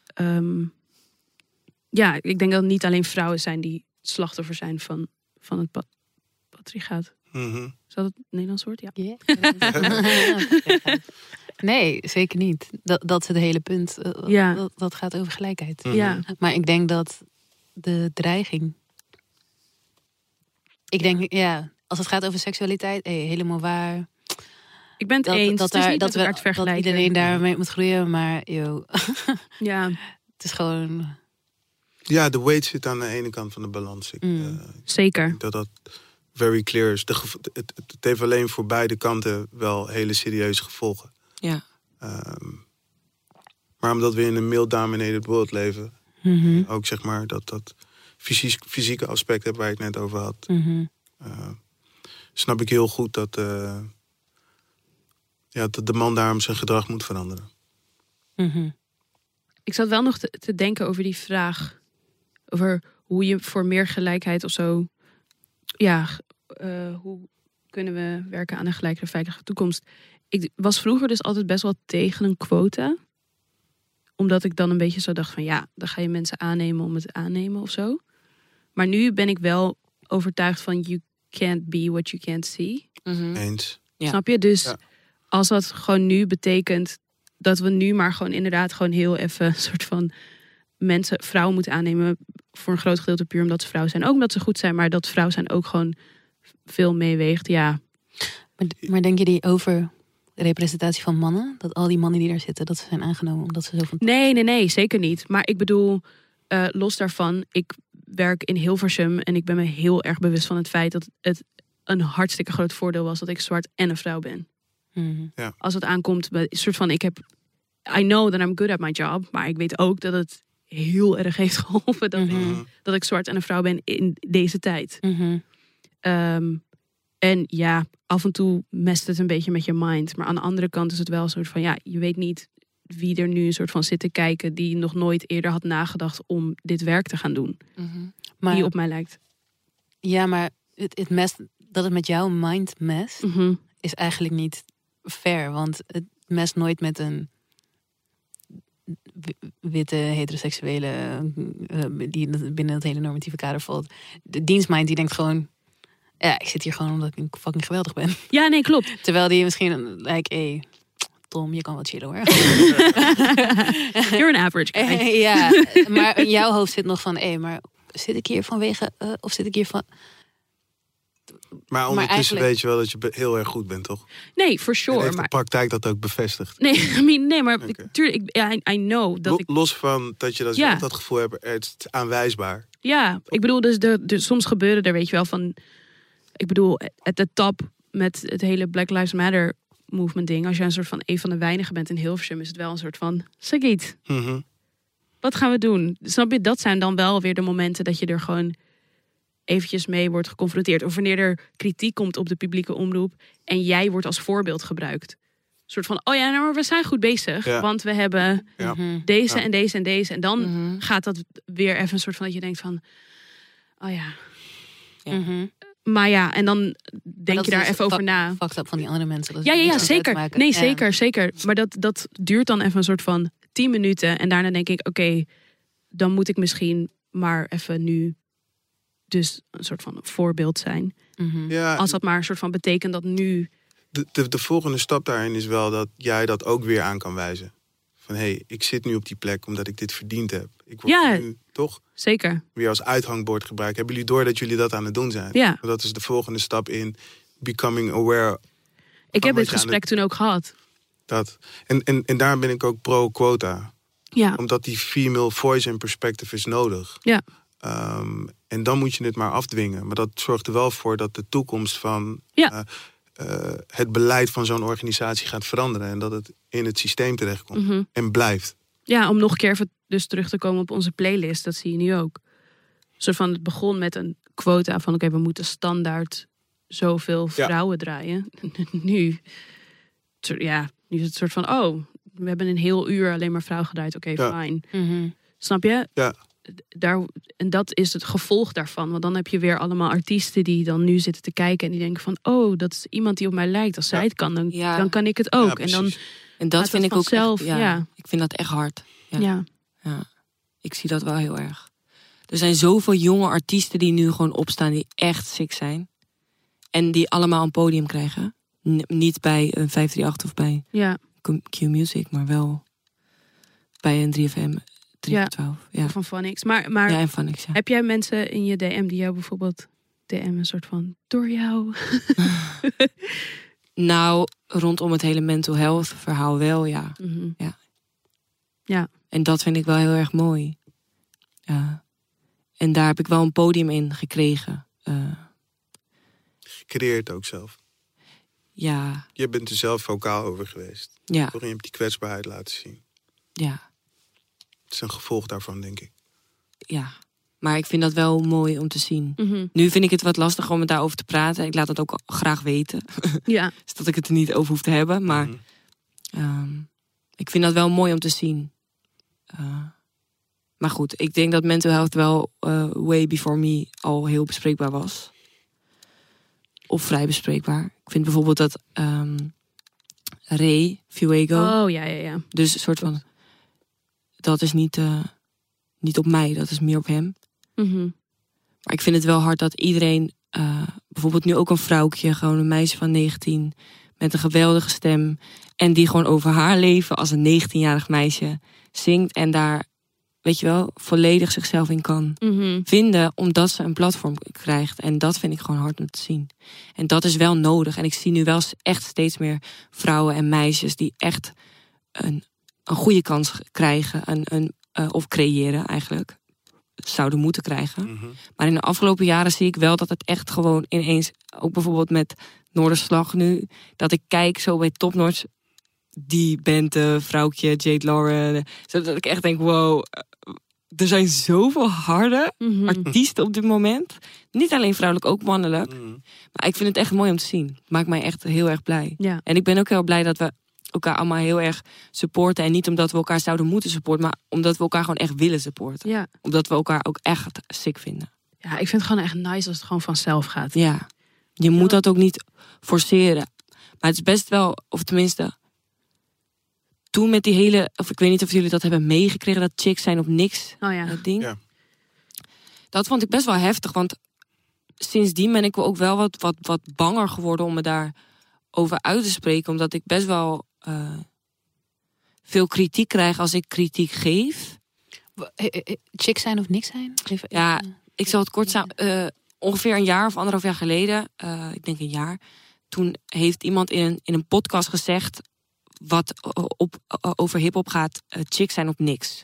Ja, ik denk dat het niet alleen vrouwen zijn die slachtoffer zijn van het patriarchaat. Mm-hmm. Is dat het Nederlands woord? Ja. Nee, zeker niet. Dat is het hele punt. Dat gaat over gelijkheid. Ja. Maar ik denk dat de dreiging... Ik denk, als het gaat over seksualiteit, helemaal waar. Ik ben het eens. Het is niet met elkaar te vergelijken. Dat iedereen daarmee moet groeien, maar ja. Het is gewoon... Ja, de weight zit aan de ene kant van de balans. Zeker. Dat very clear is. Het heeft alleen voor beide kanten wel hele serieuze gevolgen. Ja. Maar omdat we in een male-dominated world leven, ook zeg maar dat fysieke aspect waar je het net over had, snap ik heel goed dat de man daarom zijn gedrag moet veranderen. Ik zat wel nog te denken over die vraag. Over hoe je voor meer gelijkheid of zo... hoe kunnen we werken aan een gelijkere, veilige toekomst? Ik was vroeger dus altijd best wel tegen een quota. Omdat ik dan een beetje zo dacht van... dan ga je mensen aannemen om het aannemen of zo. Maar nu ben ik wel overtuigd van... you can't be what you can't see. Eens. Ja. Snap je? Dus als dat gewoon nu betekent... dat we nu maar gewoon inderdaad gewoon heel even... een soort van vrouwen moeten aannemen... voor een groot gedeelte puur omdat ze vrouw zijn. Ook omdat ze goed zijn, maar dat vrouw zijn ook gewoon veel meeweegt. Ja. Maar denk je die over de representatie van mannen? Dat al die mannen die daar zitten, dat ze zijn aangenomen omdat ze zo van... Nee, zeker niet. Maar ik bedoel, los daarvan, ik werk in Hilversum en ik ben me heel erg bewust van het feit dat het een hartstikke groot voordeel was dat ik zwart en een vrouw ben. Ja. Als het aankomt bij een soort van, I know that I'm good at my job, maar ik weet ook dat het heel erg heeft geholpen dat ik zwart en een vrouw ben in deze tijd. En ja, af en toe mest het een beetje met je mind. Maar aan de andere kant is het wel een soort van... je weet niet wie er nu een soort van zit te kijken... die nog nooit eerder had nagedacht om dit werk te gaan doen. Maar, die op mij lijkt. Ja, maar het mest, dat het met jouw mind mest... is eigenlijk niet fair. Want het mest nooit met een... witte, heteroseksuele... die binnen het hele normatieve kader valt. De dienstmind die denkt gewoon... ik zit hier gewoon omdat ik fucking geweldig ben. Ja, nee, klopt. Terwijl die misschien... Tom, je kan wel chillen hoor. You're an average guy. Ja, maar in jouw hoofd zit nog van... maar zit ik hier vanwege... of zit ik hier van... Maar ondertussen weet je wel dat je heel erg goed bent, toch? Nee, for sure. En heeft de praktijk dat ook bevestigd? Nee, maar tuurlijk, I know dat Los van dat je dat gevoel hebt, het is aanwijsbaar. Ja, ik bedoel, dus soms gebeuren er, weet je wel, van... Ik bedoel, at the top met het hele Black Lives Matter movement ding. Als jij een soort van een van de weinigen bent in Hilversum, is het wel een soort van... Sagiet, wat gaan we doen? Snap je, dat zijn dan wel weer de momenten dat je er gewoon eventjes mee wordt geconfronteerd. Of wanneer er kritiek komt op de publieke omroep en jij wordt als voorbeeld gebruikt. Een soort van, maar we zijn goed bezig. Ja. Want we hebben deze en deze en deze. En dan gaat dat weer even een soort van dat je denkt van... Maar ja, en dan denk je daar even over na. Fucked up van die andere mensen. Ja, zeker. Nee, zeker. Maar dat duurt dan even een soort van 10 minuten. En daarna denk ik, oké, dan moet ik misschien maar even nu dus een soort van voorbeeld zijn. Ja, als dat maar een soort van betekent dat nu... De volgende stap daarin is wel dat jij dat ook weer aan kan wijzen. Van ik zit nu op die plek omdat ik dit verdiend heb. Ik word nu, toch? Zeker. Weer als uithangbord gebruikt. Hebben jullie door dat jullie dat aan het doen zijn? Ja. Dat is de volgende stap in becoming aware. Ik heb dit gesprek toen ook gehad. En daar ben ik ook pro-quota. Ja. Omdat die female voice en perspective is nodig. Ja. En dan moet je het maar afdwingen. Maar dat zorgt er wel voor dat de toekomst van... het beleid van zo'n organisatie gaat veranderen. En dat het in het systeem terechtkomt. En blijft. Ja, om nog een keer even dus terug te komen op onze playlist. Dat zie je nu ook. Zo van, het begon met een quota van... we moeten standaard zoveel vrouwen draaien. Nu is het soort van, we hebben een heel uur alleen maar vrouw gedraaid. Oké, fine. Mhm. Snap je? Ja. En dat is het gevolg daarvan. Want dan heb je weer allemaal artiesten die dan nu zitten te kijken en die denken van, dat is iemand die op mij lijkt. Als zij het kan, dan kan ik het ook. Ja, en dat vind ik ook zelf. echt, ik vind dat echt hard. Ja. Ik zie dat wel heel erg. Er zijn zoveel jonge artiesten die nu gewoon opstaan die echt sick zijn. En die allemaal een podium krijgen. Niet bij een 538 of bij Q-Music, maar wel bij een 3FM 312. Ja. Van Phonics. Maar en Phonics, heb jij mensen in je DM die jou bijvoorbeeld DM een soort van door jou? Nou, rondom het hele mental health verhaal wel, ja. Mm-hmm. Ja. En dat vind ik wel heel erg mooi. Ja. En daar heb ik wel een podium in gekregen. Gecreëerd ook zelf. Ja. Je bent er zelf vocaal over geweest. Ja. Je hebt die kwetsbaarheid laten zien. Ja. Het is een gevolg daarvan, denk ik. Ja. Maar ik vind dat wel mooi om te zien. Mm-hmm. Nu vind ik het wat lastig om het daarover te praten. Ik laat dat ook graag weten. Ja. Dus dat ik het er niet over hoef te hebben. Maar ik vind dat wel mooi om te zien. Maar goed, ik denk dat mental health wel way before me al heel bespreekbaar was. Of vrij bespreekbaar. Ik vind bijvoorbeeld dat Ray Fuego. Oh, ja. Dus een soort van, dat is niet op mij, dat is meer op hem. Mm-hmm. Maar ik vind het wel hard dat iedereen, bijvoorbeeld nu ook een vrouwtje, gewoon een meisje van 19, met een geweldige stem. En die gewoon over haar leven als een 19-jarig meisje zingt. En daar, weet je wel, volledig zichzelf in kan vinden. Omdat ze een platform krijgt. En dat vind ik gewoon hard om te zien. En dat is wel nodig. En ik zie nu wel echt steeds meer vrouwen en meisjes die echt een goede kans krijgen. Of creëren eigenlijk. Zouden moeten krijgen. Mm-hmm. Maar in de afgelopen jaren zie ik wel dat het echt gewoon ineens, ook bijvoorbeeld met Noorderslag nu, dat ik kijk zo bij Topnotch, die Bente, vrouwtje, Jade Lauren, zodat ik echt denk, wow, er zijn zoveel harde artiesten op dit moment. Niet alleen vrouwelijk, ook mannelijk. Maar ik vind het echt mooi om te zien. Het maakt mij echt heel erg blij. Ja. En ik ben ook heel blij dat we elkaar allemaal heel erg supporten. En niet omdat we elkaar zouden moeten supporten, maar omdat we elkaar gewoon echt willen supporten. Ja. Omdat we elkaar ook echt sick vinden. Ja, ik vind het gewoon echt nice als het gewoon vanzelf gaat. Ja. Je moet dat ook niet forceren. Maar het is best wel, of tenminste, toen met die hele, of ik weet niet of jullie dat hebben meegekregen, dat chicks zijn op niks, dat ding. Ja. Dat vond ik best wel heftig, want sindsdien ben ik ook wel wat banger geworden om me daarover uit te spreken. Omdat ik best wel veel kritiek krijg als ik kritiek geef. Chicks zijn of niks zijn? Ja, ik zal het kort samen. Ongeveer een jaar of 1,5 jaar geleden, ik denk een jaar, toen heeft iemand in een podcast gezegd wat over hiphop gaat, chicks zijn op niks.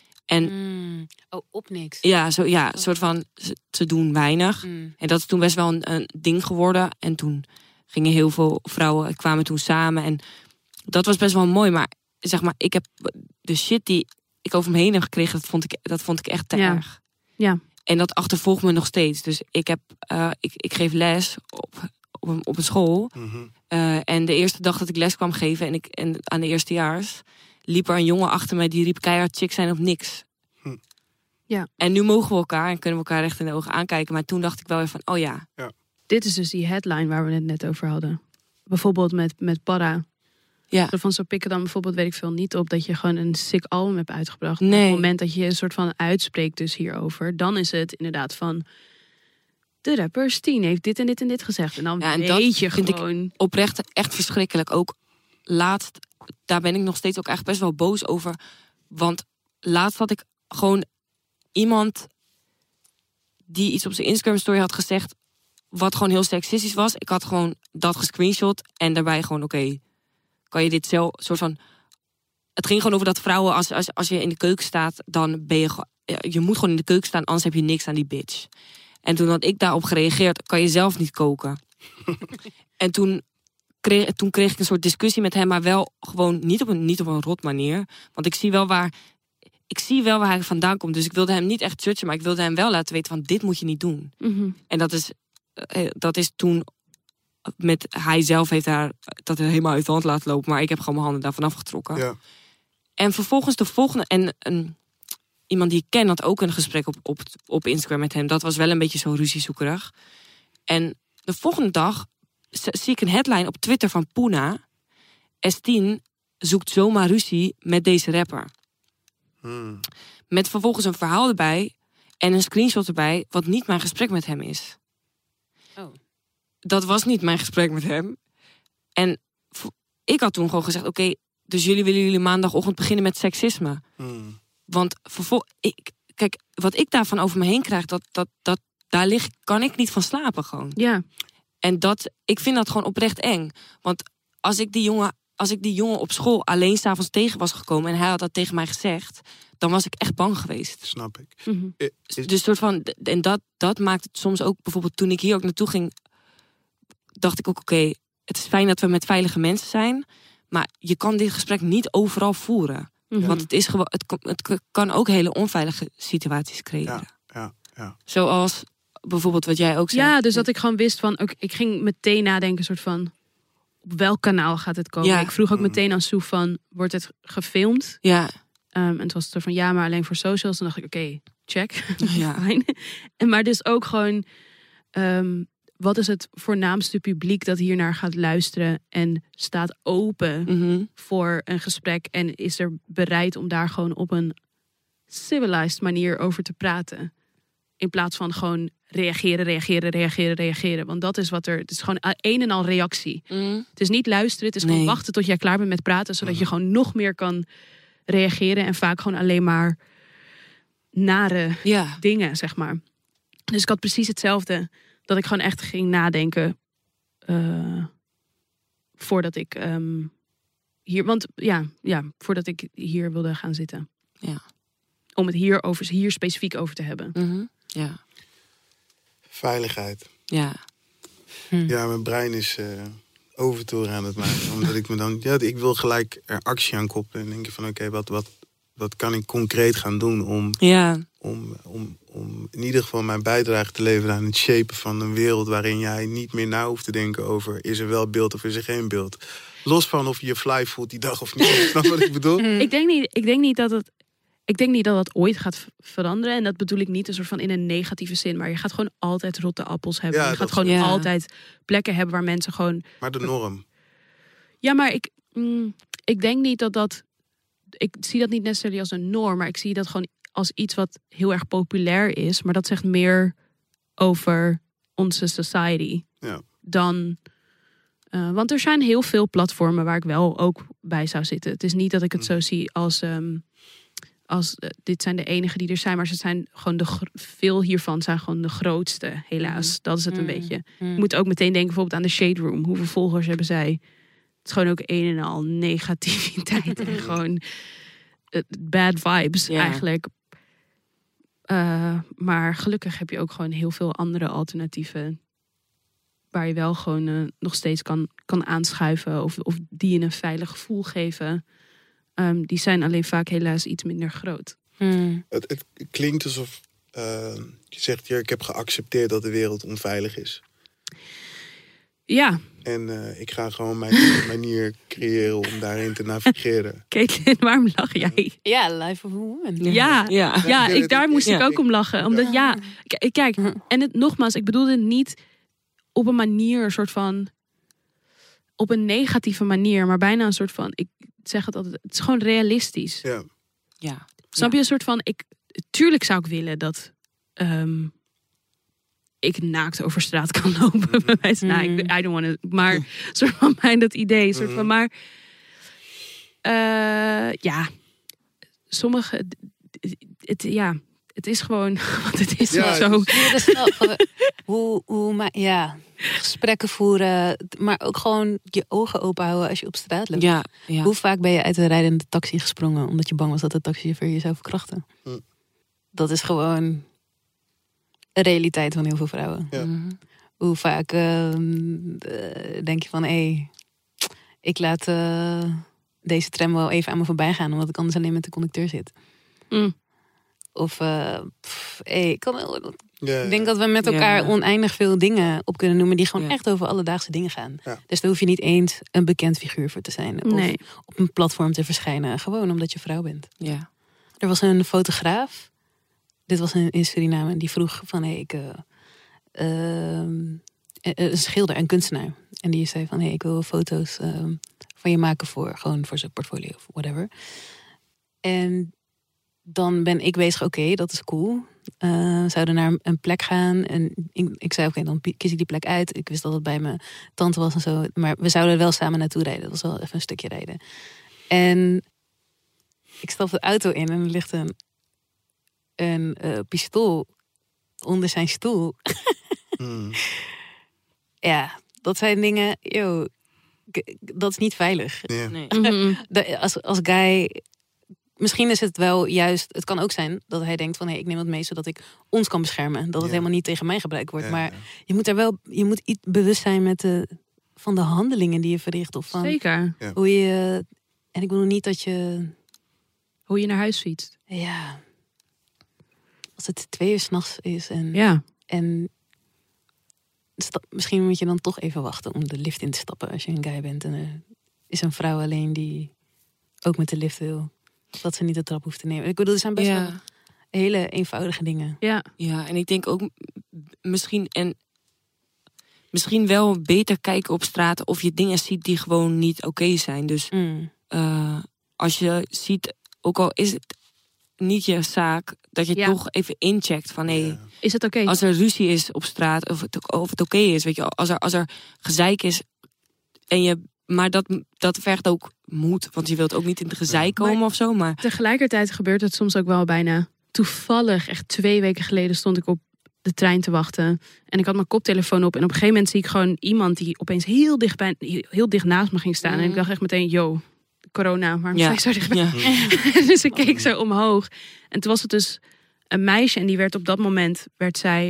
En op niks. Ja, soort van, ze doen weinig. En dat is toen best wel een ding geworden. En toen gingen heel veel vrouwen, kwamen toen samen. En dat was best wel mooi. Maar zeg maar, ik heb de shit die ik over me heen heb gekregen, dat vond ik echt te erg. Ja. En dat achtervolgt me nog steeds. Dus ik geef les op een school. En de eerste dag dat ik les kwam geven en aan de eerstejaars, liep er een jongen achter mij die riep keihard, chicks zijn op niks. Ja. En nu mogen we elkaar en kunnen we elkaar recht in de ogen aankijken. Maar toen dacht ik wel even van, oh ja. Dit is dus die headline waar we het net over hadden. Bijvoorbeeld met Parra. Ja. Van zo pikken dan bijvoorbeeld, weet ik veel, niet op dat je gewoon een sick album hebt uitgebracht. Nee. Op het moment dat je een soort van uitspreekt dus hierover, dan is het inderdaad van, de rapper Steen heeft dit en dit en dit gezegd. En dan weet je vind gewoon. Ik oprecht echt verschrikkelijk. Ook laatst, daar ben ik nog steeds ook echt best wel boos over. Want laatst had ik gewoon iemand die iets op zijn Instagram story had gezegd wat gewoon heel seksistisch was. Ik had gewoon dat gescreenshot en daarbij gewoon oké, kan je dit zelf soort van. Het ging gewoon over dat vrouwen als je in de keuken staat, dan ben je moet gewoon in de keuken staan, anders heb je niks aan die bitch. En toen had ik daarop gereageerd, kan je zelf niet koken. En toen kreeg ik een soort discussie met hem, maar wel gewoon niet op een rot manier. Want ik zie wel waar hij vandaan komt. Dus ik wilde hem niet echt judgen, maar ik wilde hem wel laten weten van, dit moet je niet doen. En dat is toen hij zelf heeft haar dat helemaal uit de hand laten lopen. Maar ik heb gewoon mijn handen daarvan afgetrokken. Ja. En vervolgens de volgende... iemand die ik ken had ook een gesprek op Instagram met hem. Dat was wel een beetje zo ruziezoekerig. En de volgende dag zie ik een headline op Twitter van Poena. S10 zoekt zomaar ruzie met deze rapper. Met vervolgens een verhaal erbij en een screenshot erbij, wat niet mijn gesprek met hem is. Oh. Dat was niet mijn gesprek met hem. En ik had toen gewoon gezegd, oké, dus jullie maandagochtend beginnen met seksisme. Want kijk, wat ik daarvan over me heen krijg, daar kan ik niet van slapen gewoon. Ja. En ik vind dat gewoon oprecht eng. Want als ik die jongen op school alleen 's avonds tegen was gekomen en hij had dat tegen mij gezegd, dan was ik echt bang geweest. Snap ik. Dus soort van, en dat maakt het soms ook, bijvoorbeeld toen ik hier ook naartoe ging, dacht ik ook, oké, het is fijn dat we met veilige mensen zijn, maar je kan dit gesprek niet overal voeren. Want het is gewoon, het kan ook hele onveilige situaties creëren. Ja. Zoals bijvoorbeeld wat jij ook zei. Ja, dus dat ik gewoon wist van, ik ging meteen nadenken, soort van, op welk kanaal gaat het komen? Ja. Ik vroeg ook meteen aan Soef van, wordt het gefilmd? Ja. En het was er van, ja, maar alleen voor socials. Dan dacht ik, oké, check. Ja. Fijn. Maar dus ook gewoon, wat is het voornaamste publiek dat hiernaar gaat luisteren en staat open voor een gesprek en is er bereid om daar gewoon op een civilized manier over te praten. In plaats van gewoon reageren. Want dat is wat er... Het is gewoon een en al reactie. Het is niet luisteren. Het is gewoon wachten tot jij klaar bent met praten. Zodat je gewoon nog meer kan reageren. En vaak gewoon alleen maar nare dingen, zeg maar. Dus ik had precies hetzelfde. Dat ik gewoon echt ging nadenken. Voordat ik hier... Want voordat ik hier wilde gaan zitten. Ja. Om het hier specifiek over te hebben. Ja. Veiligheid. Ja. Ja, mijn brein is overtoren aan het maken. Omdat ik me dan... Ja, ik wil gelijk er actie aan koppelen. En denk je van, oké, wat kan ik concreet gaan doen om in ieder geval mijn bijdrage te leveren aan het shapen van een wereld waarin jij niet meer na hoeft te denken over, is er wel beeld of is er geen beeld? Los van of je je fly voelt die dag of niet. Snap wat ik bedoel? Ik denk niet dat het ooit gaat veranderen. En dat bedoel ik niet een soort van in een negatieve zin. Maar je gaat gewoon altijd rotte appels hebben. Ja, je gaat gewoon altijd plekken hebben waar mensen gewoon... Maar de norm. Ja, maar ik denk niet dat... Ik zie dat niet necessarily als een norm. Maar ik zie dat gewoon als iets wat heel erg populair is. Maar dat zegt meer over onze society. Ja. Dan... want er zijn heel veel platformen waar ik wel ook bij zou zitten. Het is niet dat ik het zo zie als dit zijn de enige die er zijn, maar ze zijn gewoon veel hiervan zijn gewoon de grootste, helaas. Dat is het een beetje. Je moet ook meteen denken bijvoorbeeld aan de Shade Room. Hoeveel volgers hebben zij? Het is gewoon ook een en al negativiteit en gewoon bad vibes eigenlijk. Maar gelukkig heb je ook gewoon heel veel andere alternatieven waar je wel gewoon nog steeds kan aanschuiven of die je een veilig gevoel geven. Die zijn alleen vaak helaas iets minder groot. Het klinkt alsof je zegt, ja, ik heb geaccepteerd dat de wereld onveilig is. Ja. En ik ga gewoon mijn manier creëren om daarin te navigeren. Caitlin, waarom lach jij? Ja, Life of a Woman. Daar moest ik ook om lachen. Omdat kijk, en nogmaals, ik bedoelde het niet op een manier, een soort van, op een negatieve manier, maar bijna een soort van, ik zeg het altijd, het is gewoon realistisch. Ja. Snap je, een soort van, tuurlijk zou ik willen dat ik naakt over straat kan lopen. I don't want to, maar soort van mij dat idee, soort van, maar sommige, het is gewoon, want het is zo. Gesprekken voeren, maar ook gewoon je ogen open houden als je op straat loopt. Ja. Hoe vaak ben je uit een rijdende taxi gesprongen omdat je bang was dat de taxichauffeur je zou verkrachten? Dat is gewoon een realiteit van heel veel vrouwen. Ja. Hoe vaak denk je van, ik laat deze tram wel even aan me voorbij gaan, omdat ik anders alleen met de conducteur zit. Of ik denk dat we met elkaar oneindig veel dingen op kunnen noemen die gewoon echt over alledaagse dingen gaan. Ja. Dus daar hoef je niet eens een bekend figuur voor te zijn. Of op een platform te verschijnen. Gewoon omdat je vrouw bent. Ja. Er was een fotograaf. Dit was in Suriname. Die vroeg van een schilder, een kunstenaar. En die zei van ik wil foto's van je maken voor zijn portfolio of whatever. En dan ben ik bezig, oké, dat is cool. Zouden naar een plek gaan. En ik zei, oké, dan kies ik die plek uit. Ik wist dat het bij mijn tante was en zo. Maar we zouden er wel samen naartoe rijden. Dat was wel even een stukje rijden. En ik stap de auto in en er ligt een pistool onder zijn stoel. Ja, dat zijn dingen, dat is niet veilig. Yeah. Nee. Als guy, misschien is het wel juist, het kan ook zijn dat hij denkt van ik neem het mee zodat ik ons kan beschermen. Dat het helemaal niet tegen mij gebruikt wordt. Maar je moet iets bewust zijn van de handelingen die je verricht. Of van zeker. Hoe je, en ik bedoel niet dat je... Hoe je naar huis fietst. Ja. Als het 2 uur 's nachts is en misschien moet je dan toch even wachten om de lift in te stappen als je een guy bent. En er is een vrouw alleen die ook met de lift wil. Dat ze niet de trap hoeft te nemen. Ik bedoel, er zijn best wel hele eenvoudige dingen. Ja, en ik denk ook misschien wel beter kijken op straat of je dingen ziet die gewoon niet oké zijn. Dus als je ziet, ook al is het niet je zaak, dat je toch even incheckt van is het oké? Als er ruzie is op straat, of het oké is, weet je, als er gezeik is maar dat vergt ook moed, want je wilt ook niet in het gezeik komen of zo. Maar tegelijkertijd gebeurt het soms ook wel bijna toevallig. Echt 2 weken geleden stond ik op de trein te wachten en ik had mijn koptelefoon op en op een gegeven moment zie ik gewoon iemand die opeens heel dicht naast me ging staan en ik dacht echt meteen, corona, waarom sta ik zo dichtbij? Ja. Dus ik keek zo omhoog. En toen was het dus een meisje en die werd op dat moment, zij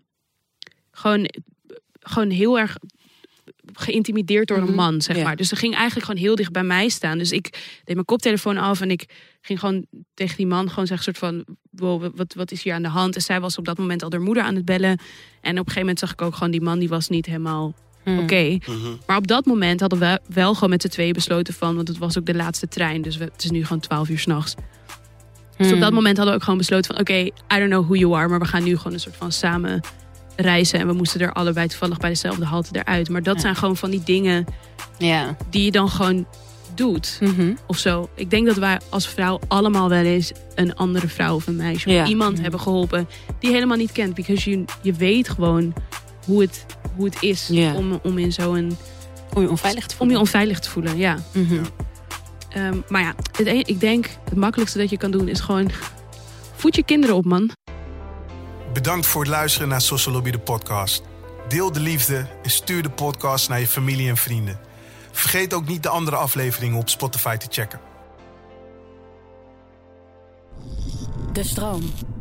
gewoon heel erg geïntimideerd door een man, zeg maar. Dus ze ging eigenlijk gewoon heel dicht bij mij staan. Dus ik deed mijn koptelefoon af en ik ging gewoon tegen die man gewoon zeggen soort van, wow, wat is hier aan de hand? En zij was op dat moment al haar moeder aan het bellen. En op een gegeven moment zag ik ook gewoon die man, die was niet helemaal oké. Maar op dat moment hadden we wel gewoon met z'n tweeën besloten van, want het was ook de laatste trein, dus het is nu gewoon 12 uur 's nachts. Dus op dat moment hadden we ook gewoon besloten van, oké, I don't know who you are, maar we gaan nu gewoon een soort van samen reizen en we moesten er allebei toevallig bij dezelfde halte eruit. Maar dat zijn gewoon van die dingen die je dan gewoon doet. Of zo. Ik denk dat wij als vrouw allemaal wel eens een andere vrouw of een meisje of iemand hebben geholpen die je helemaal niet kent. Because je weet gewoon hoe het is om in zo'n... Om je onveilig te voelen. Om je onveilig te voelen, ja. Maar ja, ik denk het makkelijkste dat je kan doen is gewoon voed je kinderen op, man. Bedankt voor het luisteren naar Social Lobby de podcast. Deel de liefde en stuur de podcast naar je familie en vrienden. Vergeet ook niet de andere afleveringen op Spotify te checken. De stroom.